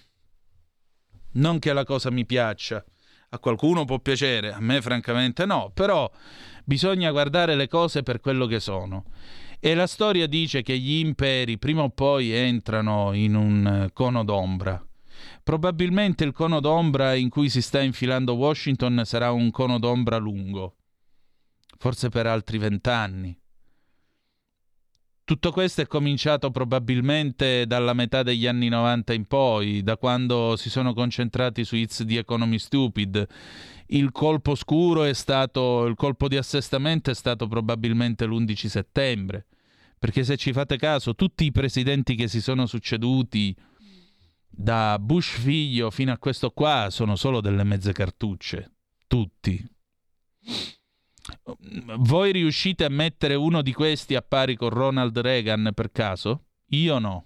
Speaker 2: non che la cosa mi piaccia, a qualcuno può piacere, a me francamente no, però bisogna guardare le cose per quello che sono. E la storia dice che gli imperi prima o poi entrano in un cono d'ombra. Probabilmente il cono d'ombra in cui si sta infilando Washington sarà un cono d'ombra lungo, forse per altri 20 anni. Tutto questo è cominciato probabilmente dalla metà degli anni 90 in poi, da quando si sono concentrati su It's the Economy Stupid. Il colpo scuro il colpo di assestamento è stato probabilmente l'11 settembre, perché se ci fate caso tutti i presidenti che si sono succeduti da Bush figlio fino a questo qua sono solo delle mezze cartucce, tutti. Voi riuscite a mettere uno di questi a pari con Ronald Reagan per caso? Io no.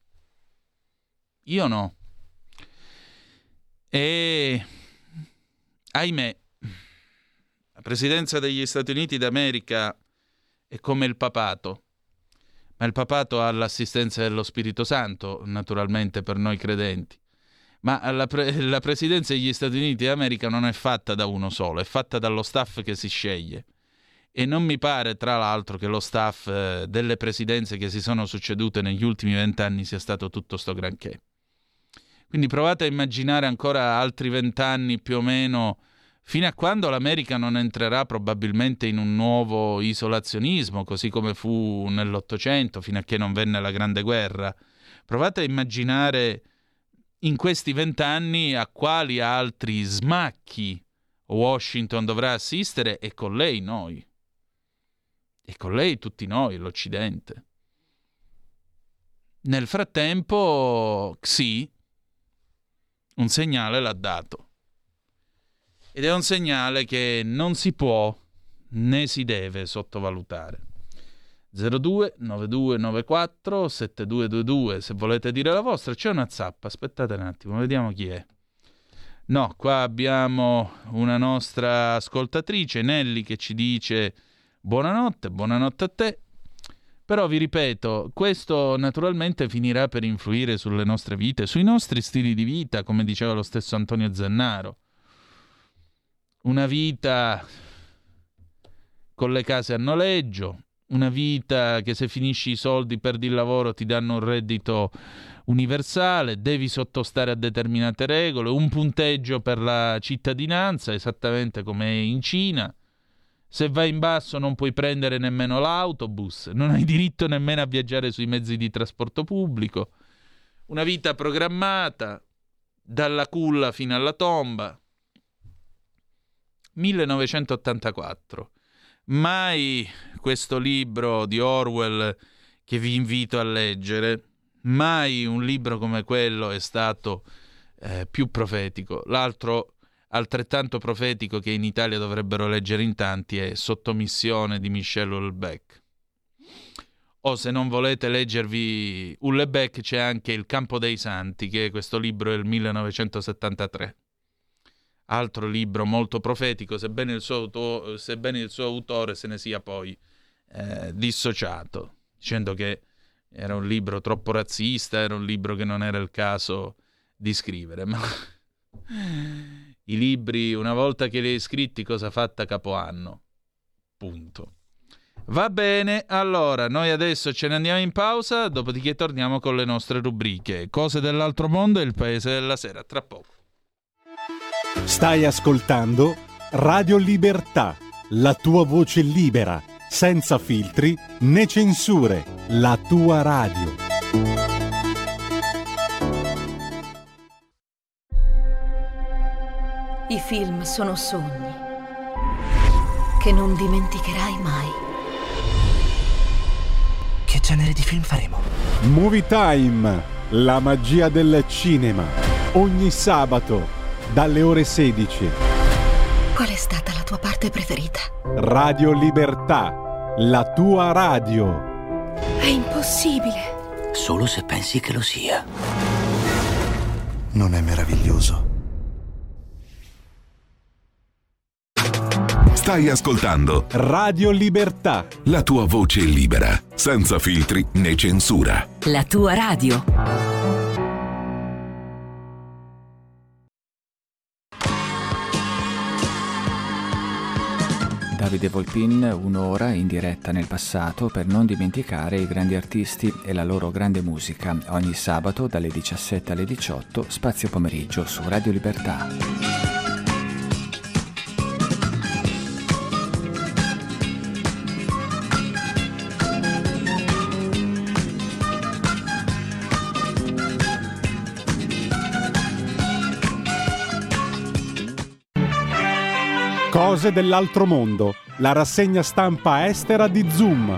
Speaker 2: E ahimè, la presidenza degli Stati Uniti d'America è come il papato, ma il papato ha l'assistenza dello Spirito Santo, naturalmente per noi credenti. Ma la presidenza degli Stati Uniti d'America non è fatta da uno solo, è fatta dallo staff che si sceglie. E non mi pare, tra l'altro, che lo staff delle presidenze che si sono succedute negli ultimi 20 anni sia stato tutto sto granché. Quindi provate a immaginare ancora altri 20 anni più o meno, fino a quando l'America non entrerà probabilmente in un nuovo isolazionismo, così come fu nell'Ottocento, fino a che non venne la Grande Guerra. Provate a immaginare in questi 20 anni a quali altri smacchi Washington dovrà assistere, e con lei noi. E con lei tutti noi, l'Occidente. Nel frattempo, Xi un segnale l'ha dato. Ed è un segnale che non si può né si deve sottovalutare. 02 9294 7222, se volete dire la vostra. C'è una zappa, aspettate un attimo, vediamo chi è. No, qua abbiamo una nostra ascoltatrice, Nelly, che ci dice buonanotte a te. Però vi ripeto, questo naturalmente finirà per influire sulle nostre vite, sui nostri stili di vita, come diceva lo stesso Antonio Zennaro. Una vita con le case a noleggio, una vita che se finisci i soldi, perdi il lavoro, ti danno un reddito universale, devi sottostare a determinate regole, un punteggio per la cittadinanza, esattamente come in Cina. Se vai in basso non puoi prendere nemmeno l'autobus, non hai diritto nemmeno a viaggiare sui mezzi di trasporto pubblico. Una vita programmata, dalla culla fino alla tomba. 1984. Mai questo libro di Orwell che vi invito a leggere, mai un libro come quello è stato più profetico. L'altro altrettanto profetico che in Italia dovrebbero leggere in tanti è Sottomissione di Michel Houellebecq. O se non volete leggervi Houellebecq, c'è anche Il Campo dei Santi, che questo libro è il 1973. Altro libro molto profetico, sebbene il suo autore se ne sia poi dissociato, dicendo che era un libro troppo razzista, era un libro che non era il caso di scrivere. Ma i libri, una volta che li hai scritti, cosa fatta capoanno? Punto. Va bene, allora, noi adesso ce ne andiamo in pausa, dopodiché torniamo con le nostre rubriche. Cose dell'altro mondo e il Paese della Sera, tra poco.
Speaker 1: Stai ascoltando Radio Libertà, la tua voce libera, senza filtri né censure, la tua radio.
Speaker 7: I film sono sogni che non dimenticherai mai.
Speaker 11: Che genere di film faremo?
Speaker 1: Movie Time, la magia del cinema. Ogni sabato dalle ore 16.
Speaker 7: Qual è stata la tua parte preferita?
Speaker 1: Radio Libertà, la tua radio.
Speaker 7: È impossibile.
Speaker 11: Solo se pensi che lo sia. Non è meraviglioso?
Speaker 5: Stai ascoltando
Speaker 1: Radio Libertà,
Speaker 5: la tua voce libera, senza filtri né censura.
Speaker 7: La tua radio.
Speaker 12: Davide Volpin, un'ora in diretta nel passato per non dimenticare i grandi artisti e la loro grande musica. Ogni sabato dalle 17 alle 18, spazio pomeriggio su Radio Libertà.
Speaker 1: Cose dell'altro mondo, la rassegna stampa estera di Zoom.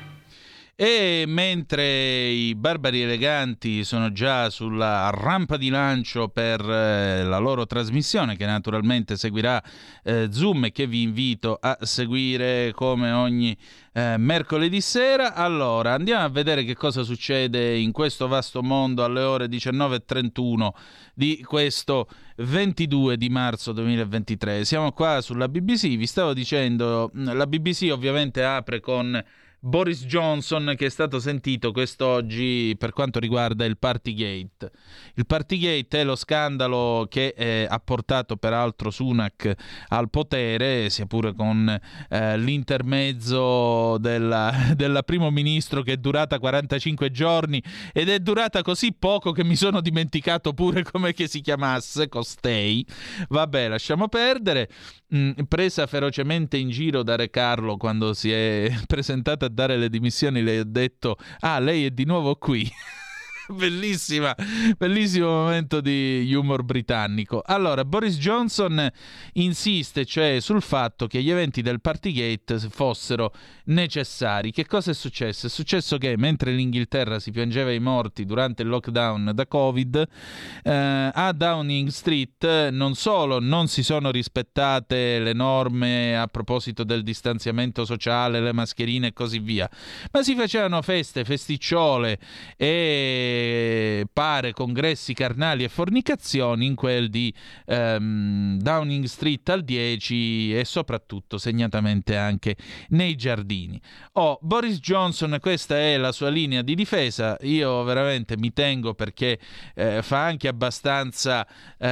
Speaker 2: E mentre i Barbari Eleganti sono già sulla rampa di lancio per la loro trasmissione, che naturalmente seguirà Zoom e che vi invito a seguire come ogni mercoledì sera, allora andiamo a vedere che cosa succede in questo vasto mondo alle ore 19.31 di questo 22 di marzo 2023. Siamo qua sulla BBC, vi stavo dicendo, la BBC ovviamente apre con Boris Johnson, che è stato sentito quest'oggi per quanto riguarda il Partygate. Il Partygate è lo scandalo che ha portato peraltro Sunak al potere, sia pure con l'intermezzo della primo ministro, che è durata 45 giorni ed è durata così poco che mi sono dimenticato pure come che si chiamasse, costei. Vabbè, lasciamo perdere. Presa ferocemente in giro da Re Carlo quando si è presentata a dare le dimissioni, le ha detto: ah, lei è di nuovo qui. Bellissimo momento di humor britannico. Allora, Boris Johnson insiste cioè sul fatto che gli eventi del Partygate fossero necessari. Che cosa è successo? È successo che mentre l'Inghilterra si piangeva i morti durante il lockdown da Covid, a Downing Street non solo non si sono rispettate le norme a proposito del distanziamento sociale, le mascherine e così via, ma si facevano feste, festicciole e pare congressi carnali e fornicazioni in quel di Downing Street al 10 e soprattutto segnatamente anche nei giardini. Boris Johnson, questa è la sua linea di difesa. Io veramente mi tengo perché fa anche abbastanza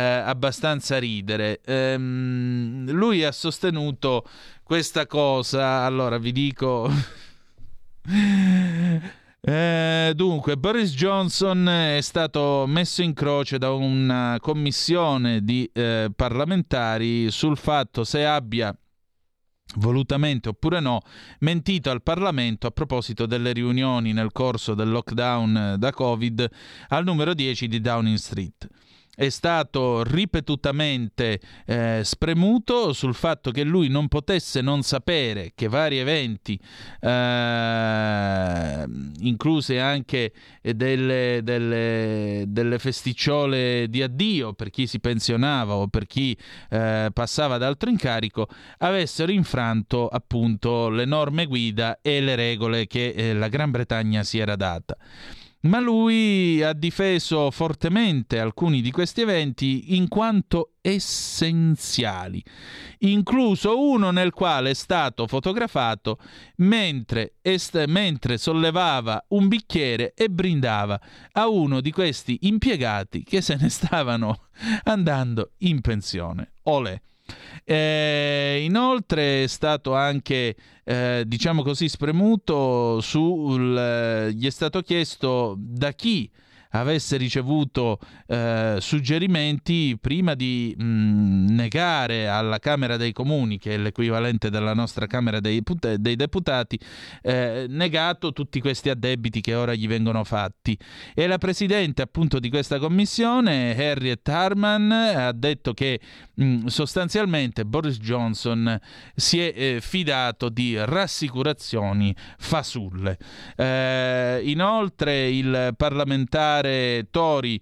Speaker 2: ridere. Lui ha sostenuto questa cosa, allora vi dico. Dunque, Boris Johnson è stato messo in croce da una commissione di parlamentari sul fatto se abbia volutamente oppure no mentito al Parlamento a proposito delle riunioni nel corso del lockdown da Covid al numero 10 di Downing Street. È stato ripetutamente spremuto sul fatto che lui non potesse non sapere che vari eventi, incluse anche delle festicciole di addio per chi si pensionava o per chi passava ad altro incarico, avessero infranto appunto le norme guida e le regole che la Gran Bretagna si era data. Ma lui ha difeso fortemente alcuni di questi eventi in quanto essenziali, incluso uno nel quale è stato fotografato mentre sollevava un bicchiere e brindava a uno di questi impiegati che se ne stavano andando in pensione. Olè. Inoltre è stato anche diciamo così spremuto gli è stato chiesto da chi avesse ricevuto suggerimenti prima di negare alla Camera dei Comuni, che è l'equivalente della nostra Camera dei Deputati, negato tutti questi addebiti che ora gli vengono fatti. E la presidente appunto di questa commissione, Harriet Harman, ha detto che sostanzialmente Boris Johnson si è fidato di rassicurazioni fasulle. Inoltre il parlamentare Tory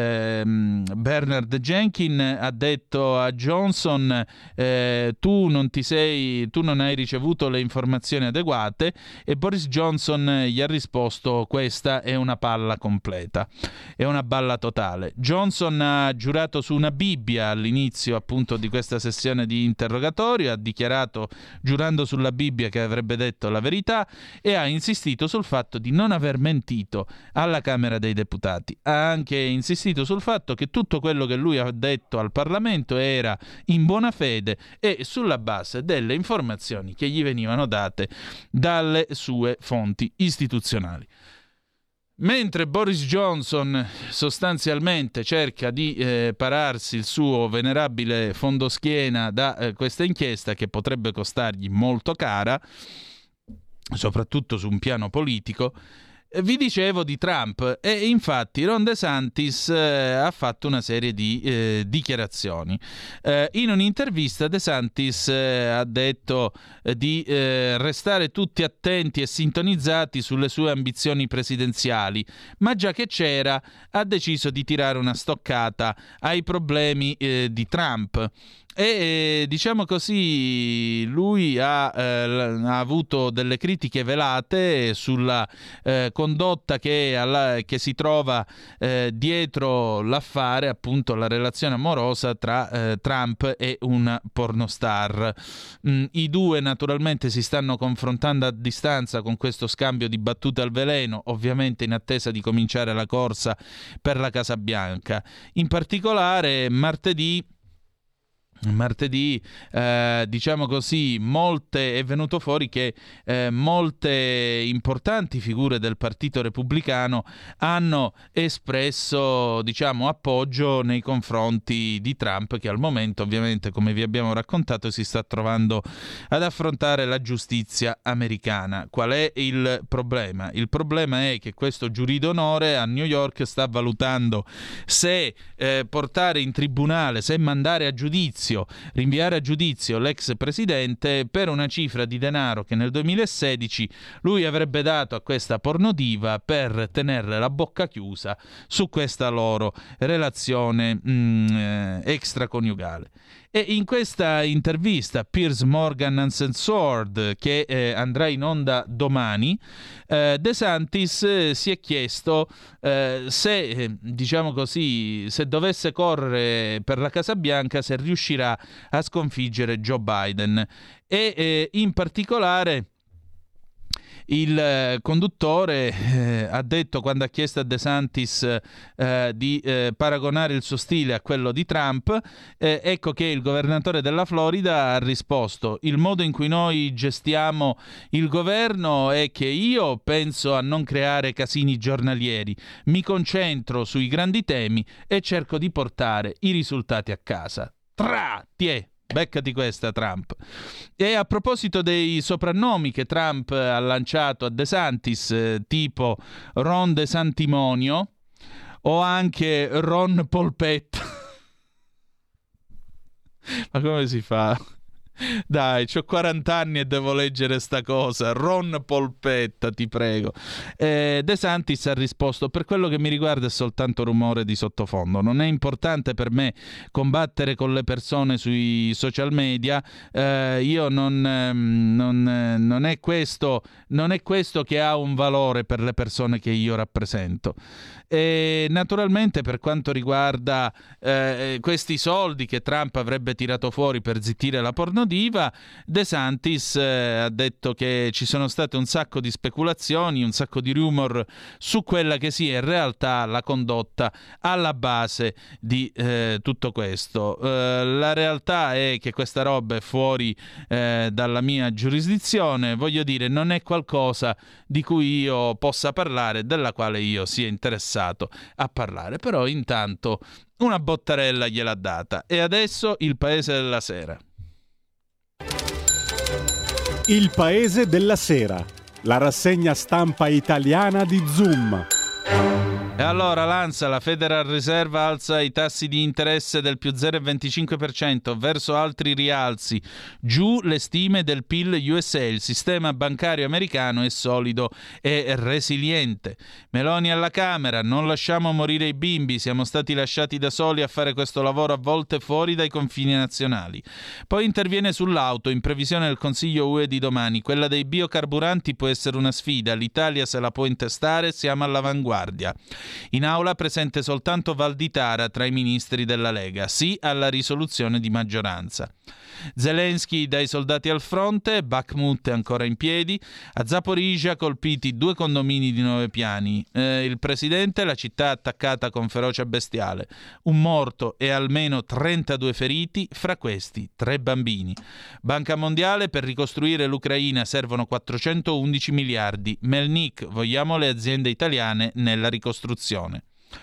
Speaker 2: Bernard Jenkins ha detto a Johnson tu non hai ricevuto le informazioni adeguate, e Boris Johnson gli ha risposto: questa è una palla completa, è una balla totale. Johnson ha giurato su una Bibbia all'inizio appunto di questa sessione di interrogatorio, ha dichiarato giurando sulla Bibbia che avrebbe detto la verità e ha insistito sul fatto di non aver mentito alla Camera dei Deputati. Ha anche insistito sul fatto che tutto quello che lui ha detto al Parlamento era in buona fede e sulla base delle informazioni che gli venivano date dalle sue fonti istituzionali. Mentre Boris Johnson sostanzialmente cerca di pararsi il suo venerabile fondoschiena da questa inchiesta, che potrebbe costargli molto cara, soprattutto su un piano politico, Vi dicevo di Trump e infatti Ron DeSantis ha fatto una serie di dichiarazioni. In un'intervista DeSantis ha detto di restare tutti attenti e sintonizzati sulle sue ambizioni presidenziali, ma già che c'era ha deciso di tirare una stoccata ai problemi di Trump. E diciamo così lui ha avuto delle critiche velate sulla condotta che si trova dietro l'affare, appunto la relazione amorosa tra Trump e un pornostar. I due naturalmente si stanno confrontando a distanza con questo scambio di battute al veleno, ovviamente in attesa di cominciare la corsa per la Casa Bianca. In particolare martedì diciamo così, è venuto fuori che molte importanti figure del Partito Repubblicano hanno espresso, diciamo, appoggio nei confronti di Trump, che al momento, ovviamente, come vi abbiamo raccontato, si sta trovando ad affrontare la giustizia americana. Qual è il problema? Il problema è che questo giurì d'onore a New York sta valutando se portare in tribunale, se mandare a giudizio, rinviare a giudizio l'ex presidente per una cifra di denaro che nel 2016 lui avrebbe dato a questa pornodiva per tenerle la bocca chiusa su questa loro relazione extraconiugale. E in questa intervista Piers Morgan & Sword, che andrà in onda domani, DeSantis si è chiesto se, diciamo così, se dovesse correre per la Casa Bianca, se riuscirà a sconfiggere Joe Biden. E in particolare il conduttore ha detto, quando ha chiesto a DeSantis di paragonare il suo stile a quello di Trump, ecco che il governatore della Florida ha risposto: il modo in cui noi gestiamo il governo è che io penso a non creare casini giornalieri, mi concentro sui grandi temi e cerco di portare i risultati a casa. Beccati questa, Trump. E a proposito dei soprannomi che Trump ha lanciato a DeSantis, tipo Ron De Santimonio o anche Ron Polpetta. Ma come si fa? Dai, c'ho 40 anni e devo leggere sta cosa. Ron Polpetta, ti prego. DeSantis ha risposto: per quello che mi riguarda è soltanto rumore di sottofondo, non è importante per me combattere con le persone sui social media, io non è questo che ha un valore per le persone che io rappresento. E naturalmente, per quanto riguarda questi soldi che Trump avrebbe tirato fuori per zittire la pornodiva, DeSantis ha detto che ci sono state un sacco di speculazioni, un sacco di rumor su quella che sia in realtà la condotta alla base di tutto questo. La realtà è che questa roba è fuori dalla mia giurisdizione, voglio dire, non è qualcosa di cui io possa parlare, della quale io sia interessato a parlare, però intanto una bottarella gliel'ha data. E adesso il Paese della Sera.
Speaker 1: Il Paese della Sera, la rassegna stampa italiana di Zoom.
Speaker 2: E allora l'ANSA, la Federal Reserve, alza i tassi di interesse del più 0,25% verso altri rialzi. Giù le stime del PIL USA. Il sistema bancario americano è solido e resiliente. Meloni alla Camera: non lasciamo morire i bimbi, siamo stati lasciati da soli a fare questo lavoro, a volte fuori dai confini nazionali. Poi interviene sull'auto, in previsione del Consiglio UE di domani: quella dei biocarburanti può essere una sfida, l'Italia se la può intestare, siamo all'avanguardia. In aula presente soltanto Valditara tra i ministri della Lega. Sì alla risoluzione di maggioranza. Zelensky dai soldati al fronte, Bakhmut è ancora in piedi, a Zaporizhia colpiti 2 condomini di 9 piani, il presidente, la città attaccata con ferocia bestiale, un morto e almeno 32 feriti, fra questi 3 bambini. Banca Mondiale: per ricostruire l'Ucraina servono 411 miliardi, Melnik, vogliamo le aziende italiane nella ricostruzione.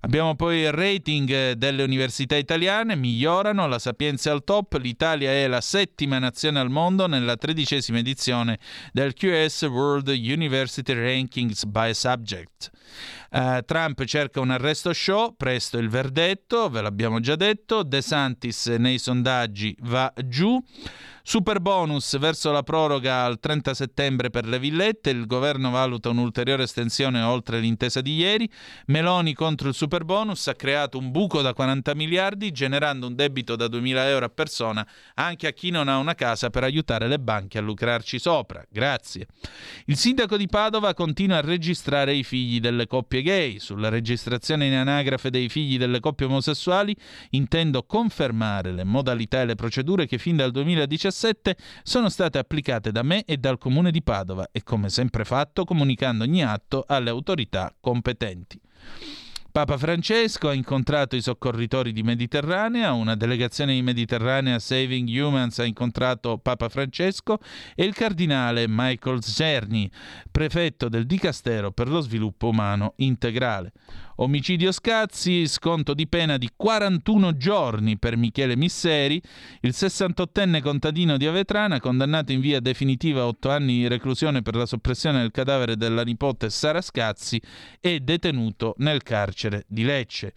Speaker 2: Abbiamo poi il rating delle università italiane, migliorano, la Sapienza è al top, l'Italia è la 7ª nazione al mondo nella 13ª edizione del QS World University Rankings by Subject. Trump cerca un arresto show, presto il verdetto, ve l'abbiamo già detto. De Santis nei sondaggi va giù. Super bonus verso la proroga al 30 settembre per le villette, il governo valuta un'ulteriore estensione oltre l'intesa di ieri. Meloni contro il super bonus ha creato un buco da 40 miliardi generando un debito da 2.000 euro a persona anche a chi non ha una casa per aiutare le banche a lucrarci sopra. Grazie. Il sindaco di Padova continua a registrare i figli delle coppie gay. Sulla registrazione in anagrafe dei figli delle coppie omosessuali intendo confermare le modalità e le procedure che fin dal 2017 sono state applicate da me e dal Comune di Padova e come sempre fatto comunicando ogni atto alle autorità competenti. Papa Francesco ha incontrato i soccorritori di Mediterranea, una delegazione di Mediterranea Saving Humans ha incontrato Papa Francesco e il cardinale Michael Czerny, prefetto del Dicastero per lo sviluppo umano integrale. Omicidio Scazzi, sconto di pena di 41 giorni per Michele Misseri, il 68enne contadino di Avetrana, condannato in via definitiva a 8 anni di reclusione per la soppressione del cadavere della nipote Sara Scazzi, è detenuto nel carcere di Lecce.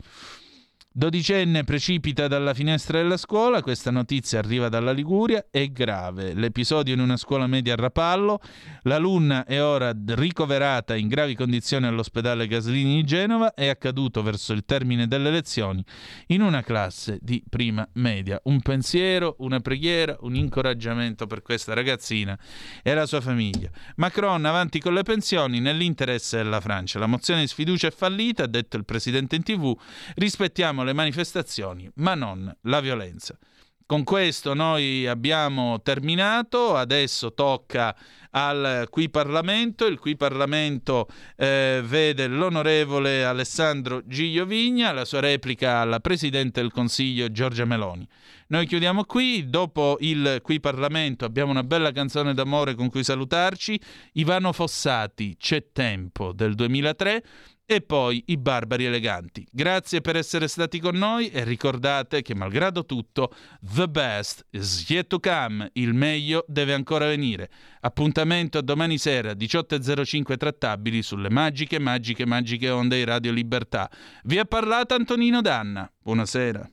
Speaker 2: 12enne precipita dalla finestra della scuola, questa notizia arriva dalla Liguria, è grave. L'episodio in una scuola media a Rapallo, l'alunna è ora ricoverata in gravi condizioni all'ospedale Gaslini di Genova, è accaduto verso il termine delle lezioni in una classe di prima media. Un pensiero, una preghiera, un incoraggiamento per questa ragazzina e la sua famiglia. Macron avanti con le pensioni nell'interesse della Francia. La mozione di sfiducia è fallita, ha detto il presidente in TV, rispettiamo le manifestazioni, ma non la violenza. Con questo noi abbiamo terminato, adesso tocca al Qui Parlamento. Il Qui Parlamento vede l'onorevole Alessandro Giglio Vigna, la sua replica alla Presidente del Consiglio Giorgia Meloni. Noi chiudiamo qui, dopo il Qui Parlamento abbiamo una bella canzone d'amore con cui salutarci, Ivano Fossati, C'è tempo, del 2003, e poi i Barbari Eleganti. Grazie per essere stati con noi e ricordate che malgrado tutto the best is yet to come, il meglio deve ancora venire. Appuntamento a domani sera 18.05 trattabili sulle magiche onde di Radio Libertà. Vi ha parlato Antonino Danna. Buonasera.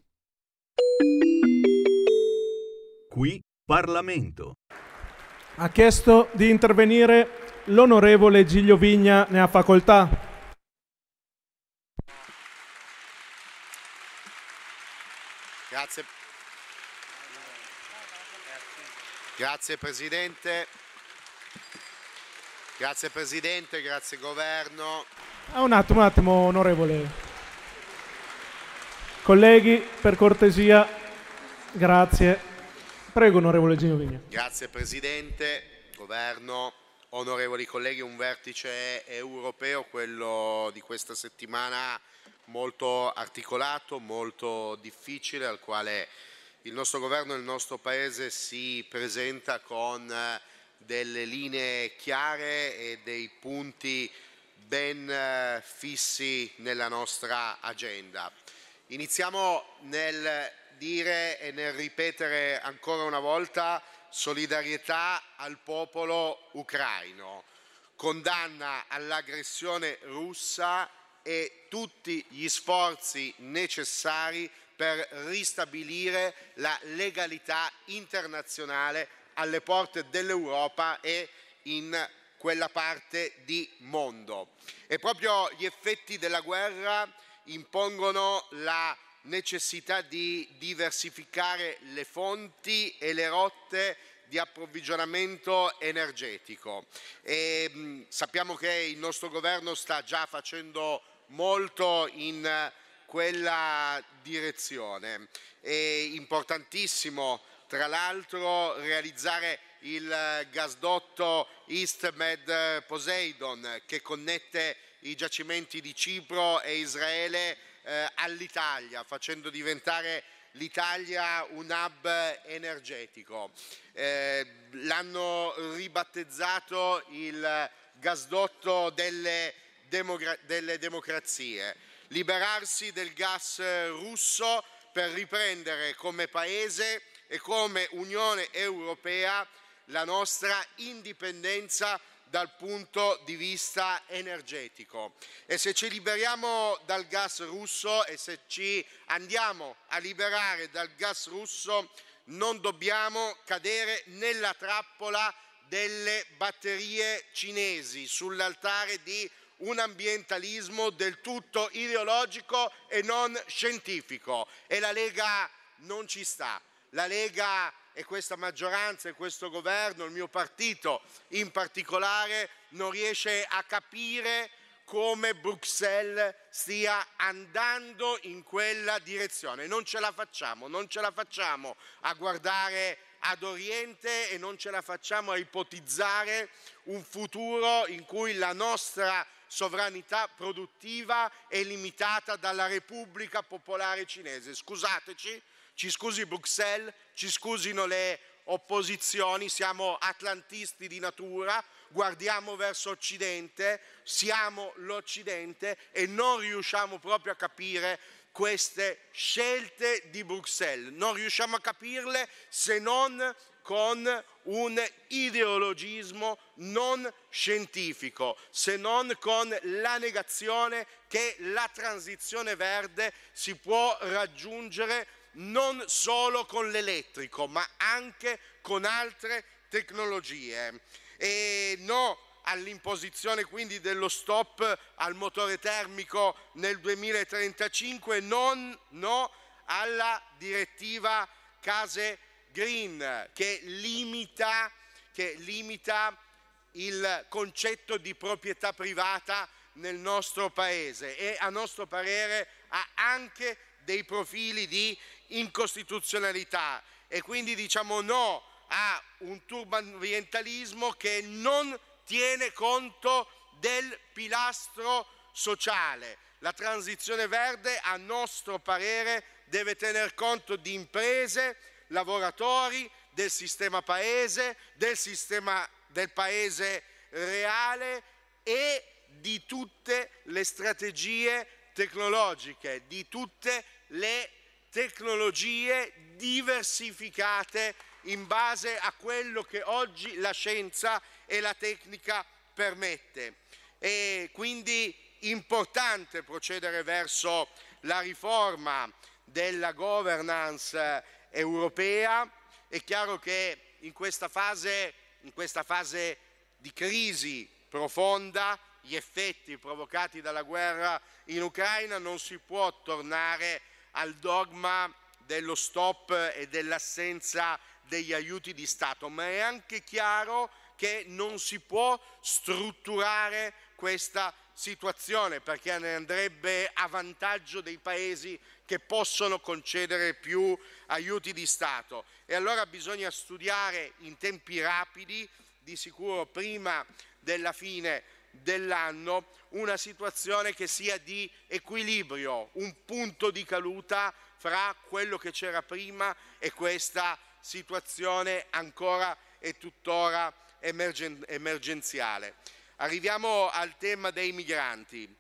Speaker 13: Qui Parlamento.
Speaker 14: Ha chiesto di intervenire l'onorevole Giglio Vigna, ne ha facoltà.
Speaker 15: Grazie Presidente, grazie Governo.
Speaker 14: Un attimo, onorevole. Colleghi, per cortesia, grazie. Prego, onorevole Giglio Vigna.
Speaker 15: Grazie Presidente, Governo, onorevoli colleghi, un vertice europeo, quello di questa settimana, molto articolato, molto difficile, al quale il nostro governo e il nostro Paese si presenta con delle linee chiare e dei punti ben fissi nella nostra agenda. Iniziamo nel dire e nel ripetere ancora una volta solidarietà al popolo ucraino, condanna all'aggressione russa e tutti gli sforzi necessari per ristabilire la legalità internazionale alle porte dell'Europa e in quella parte di mondo. E proprio gli effetti della guerra impongono la necessità di diversificare le fonti e le rotte di approvvigionamento energetico. E sappiamo che il nostro governo sta già facendo molto in quella direzione. È importantissimo, tra l'altro, realizzare il gasdotto EastMed Poseidon che connette i giacimenti di Cipro e Israele all'Italia, facendo diventare l'Italia un hub energetico. L'hanno ribattezzato il gasdotto delle democrazie. liberarsi del gas russo per riprendere come Paese e come Unione Europea la nostra indipendenza dal punto di vista energetico. E se ci liberiamo dal gas russo e se ci andiamo a liberare dal gas russo, non dobbiamo cadere nella trappola delle batterie cinesi sull'altare di un ambientalismo del tutto ideologico e non scientifico. E la Lega non ci sta. La Lega e questa maggioranza e questo governo, il mio partito in particolare, non riesce a capire come Bruxelles stia andando in quella direzione. Non ce la facciamo a guardare ad Oriente e non ce la facciamo a ipotizzare un futuro in cui la nostra sovranità produttiva è limitata dalla Repubblica Popolare Cinese. Scusateci, ci scusi Bruxelles, ci scusino le opposizioni, siamo atlantisti di natura, guardiamo verso Occidente, siamo l'Occidente e non riusciamo proprio a capire queste scelte di Bruxelles. Non riusciamo a capirle se non con un ideologismo non scientifico, se non con la negazione che la transizione verde si può raggiungere non solo con l'elettrico, ma anche con altre tecnologie. E no all'imposizione quindi dello stop al motore termico nel 2035, no alla direttiva Case Green che limita il concetto di proprietà privata nel nostro Paese e a nostro parere ha anche dei profili di incostituzionalità e quindi diciamo no a un turboambientalismo che non tiene conto del pilastro sociale. La transizione verde, a nostro parere, deve tener conto di imprese, lavoratori, del sistema paese, del paese reale e di tutte le strategie tecnologiche, di tutte le tecnologie diversificate in base a quello che oggi la scienza e la tecnica permette. E quindi importante procedere verso la riforma della governance europea. È chiaro che in questa fase di crisi profonda, gli effetti provocati dalla guerra in Ucraina, non si può tornare al dogma dello stop e dell'assenza degli aiuti di Stato, ma è anche chiaro che non si può strutturare questa situazione perché ne andrebbe a vantaggio dei paesi che possono concedere più aiuti di Stato. E allora bisogna studiare in tempi rapidi, di sicuro prima della fine dell'anno, una situazione che sia di equilibrio, un punto di caduta fra quello che c'era prima e questa situazione ancora e tuttora emergenziale. Arriviamo al tema dei migranti.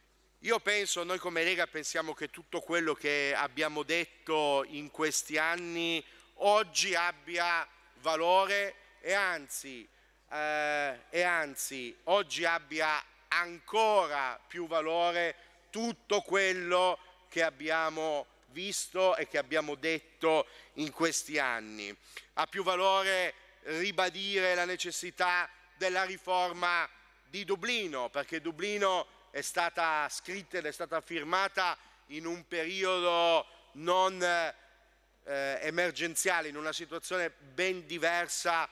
Speaker 15: Noi come Lega pensiamo che tutto quello che abbiamo detto in questi anni oggi abbia valore e anzi oggi abbia ancora più valore tutto quello che abbiamo visto e che abbiamo detto in questi anni. Ha più valore ribadire la necessità della riforma di Dublino, perché Dublino è stata scritta ed è stata firmata in un periodo non emergenziale, in una situazione ben diversa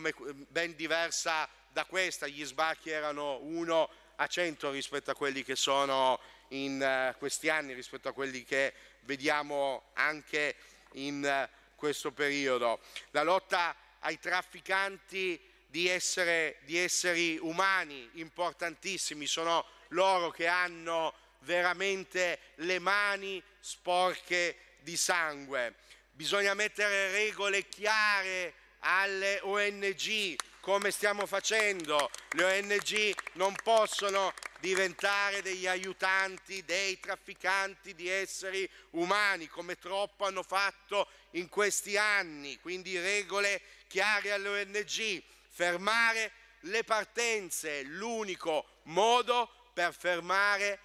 Speaker 15: da questa. Gli sbarchi erano 1 a 100 rispetto a quelli che sono in questi anni, rispetto a quelli che vediamo anche in questo periodo. La lotta ai trafficanti di esseri umani, importantissimi, sono loro che hanno veramente le mani sporche di sangue. Bisogna mettere regole chiare alle ONG, come stiamo facendo. Le ONG non possono diventare degli aiutanti dei trafficanti di esseri umani, come troppo hanno fatto in questi anni. Quindi regole chiare alle ONG, fermare le partenze, l'unico modo per fermare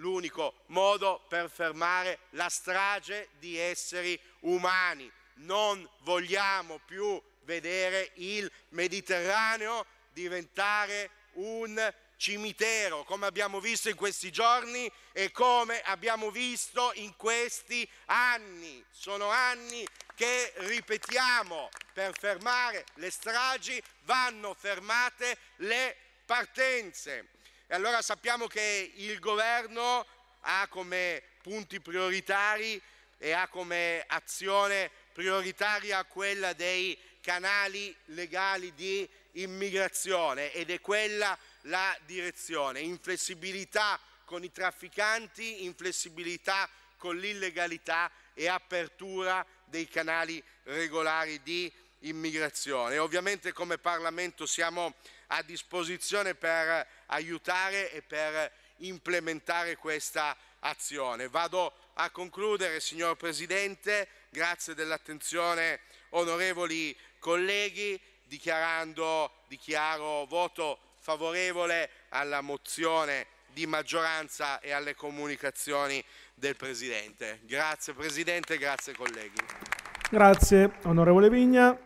Speaker 15: la strage di esseri umani. Non vogliamo più vedere il Mediterraneo diventare un cimitero, come abbiamo visto in questi giorni e come abbiamo visto in questi anni. Sono anni che ripetiamo: per fermare le stragi vanno fermate le partenze. E allora sappiamo che il governo ha come punti prioritari e ha come azione prioritaria quella dei canali legali di immigrazione, ed è quella la direzione: inflessibilità con i trafficanti, inflessibilità con l'illegalità e apertura dei canali regolari di immigrazione. E ovviamente come Parlamento siamo a disposizione per aiutare e per implementare questa azione. Vado a concludere, signor Presidente, grazie dell'attenzione, onorevoli colleghi, dichiaro voto favorevole alla mozione di maggioranza e alle comunicazioni del Presidente. Grazie Presidente, grazie colleghi.
Speaker 14: Grazie onorevole Vigna.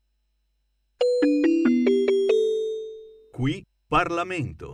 Speaker 13: Qui Parlamento.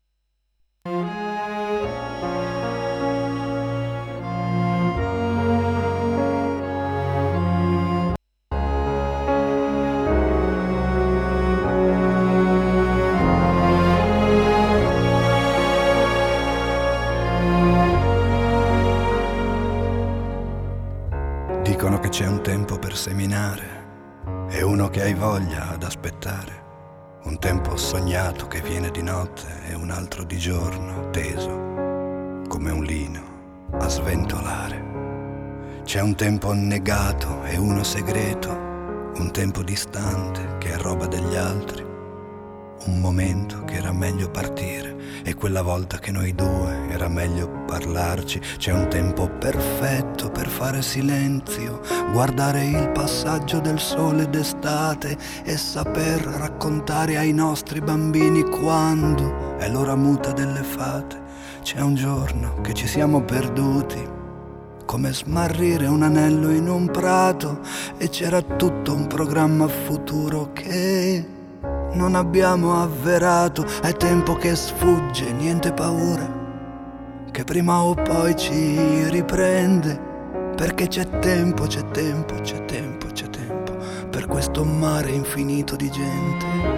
Speaker 16: Dicono che c'è un tempo per seminare e uno che hai voglia ad aspettare. Un tempo sognato che viene di notte e un altro di giorno, teso come un lino a sventolare. C'è un tempo negato e uno segreto, un tempo distante che è roba degli altri. Un momento che era meglio partire e quella volta che noi due era meglio parlarci. C'è un tempo perfetto per fare silenzio, guardare il passaggio del sole d'estate e saper raccontare ai nostri bambini quando è l'ora muta delle fate. C'è un giorno che ci siamo perduti, come smarrire un anello in un prato, e c'era tutto un programma futuro che non abbiamo avverato. È tempo che sfugge, niente paura, che prima o poi ci riprende, perché c'è tempo, c'è tempo, c'è tempo, c'è tempo per questo mare infinito di gente.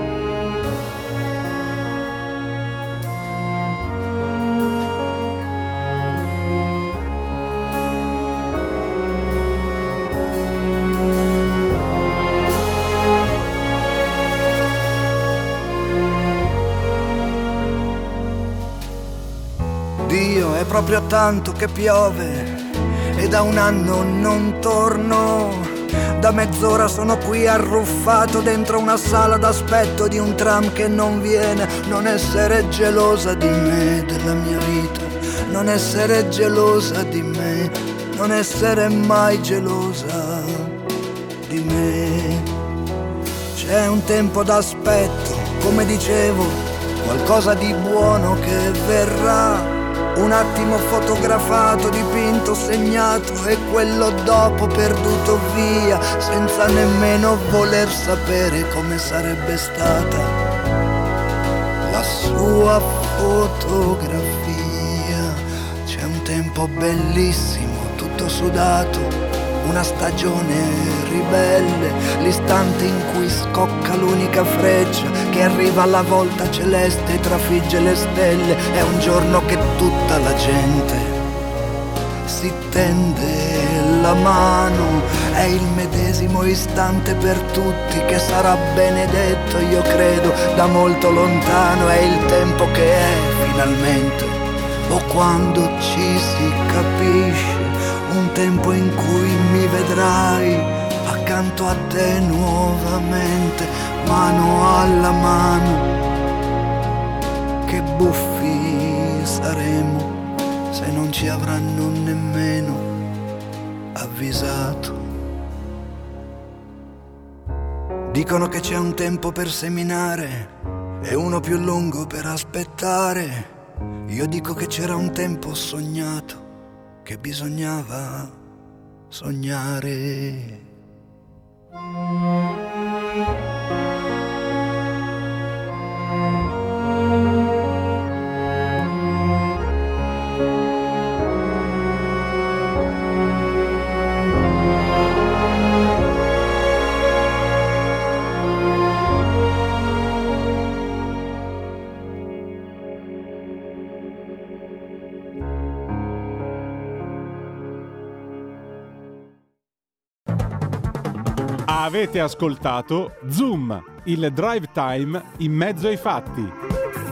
Speaker 16: Dio, è proprio tanto che piove e da un anno non torno. Da mezz'ora sono qui arruffato dentro una sala d'aspetto di un tram che non viene. Non essere gelosa di me, della mia vita, non essere gelosa di me, non essere mai gelosa di me. C'è un tempo d'aspetto, come dicevo, qualcosa di buono che verrà. Un attimo fotografato, dipinto, segnato e quello dopo perduto via, senza nemmeno voler sapere come sarebbe stata la sua fotografia. C'è un tempo bellissimo, tutto sudato, una stagione ribelle, l'istante in cui scocca l'unica freccia che arriva alla volta celeste e trafigge le stelle. È un giorno che tutta la gente si tende la mano, è il medesimo istante per tutti che sarà benedetto, io credo, da molto lontano. È il tempo che è finalmente, o quando ci si capisce, un tempo in cui mi vedrai accanto a te nuovamente, mano alla mano, che buffi saremo se non ci avranno nemmeno avvisato. Dicono che c'è un tempo per seminare e uno più lungo per aspettare. Io dico che c'era un tempo sognato, che bisognava sognare.
Speaker 1: Avete ascoltato Zoom, il drive time in mezzo ai fatti.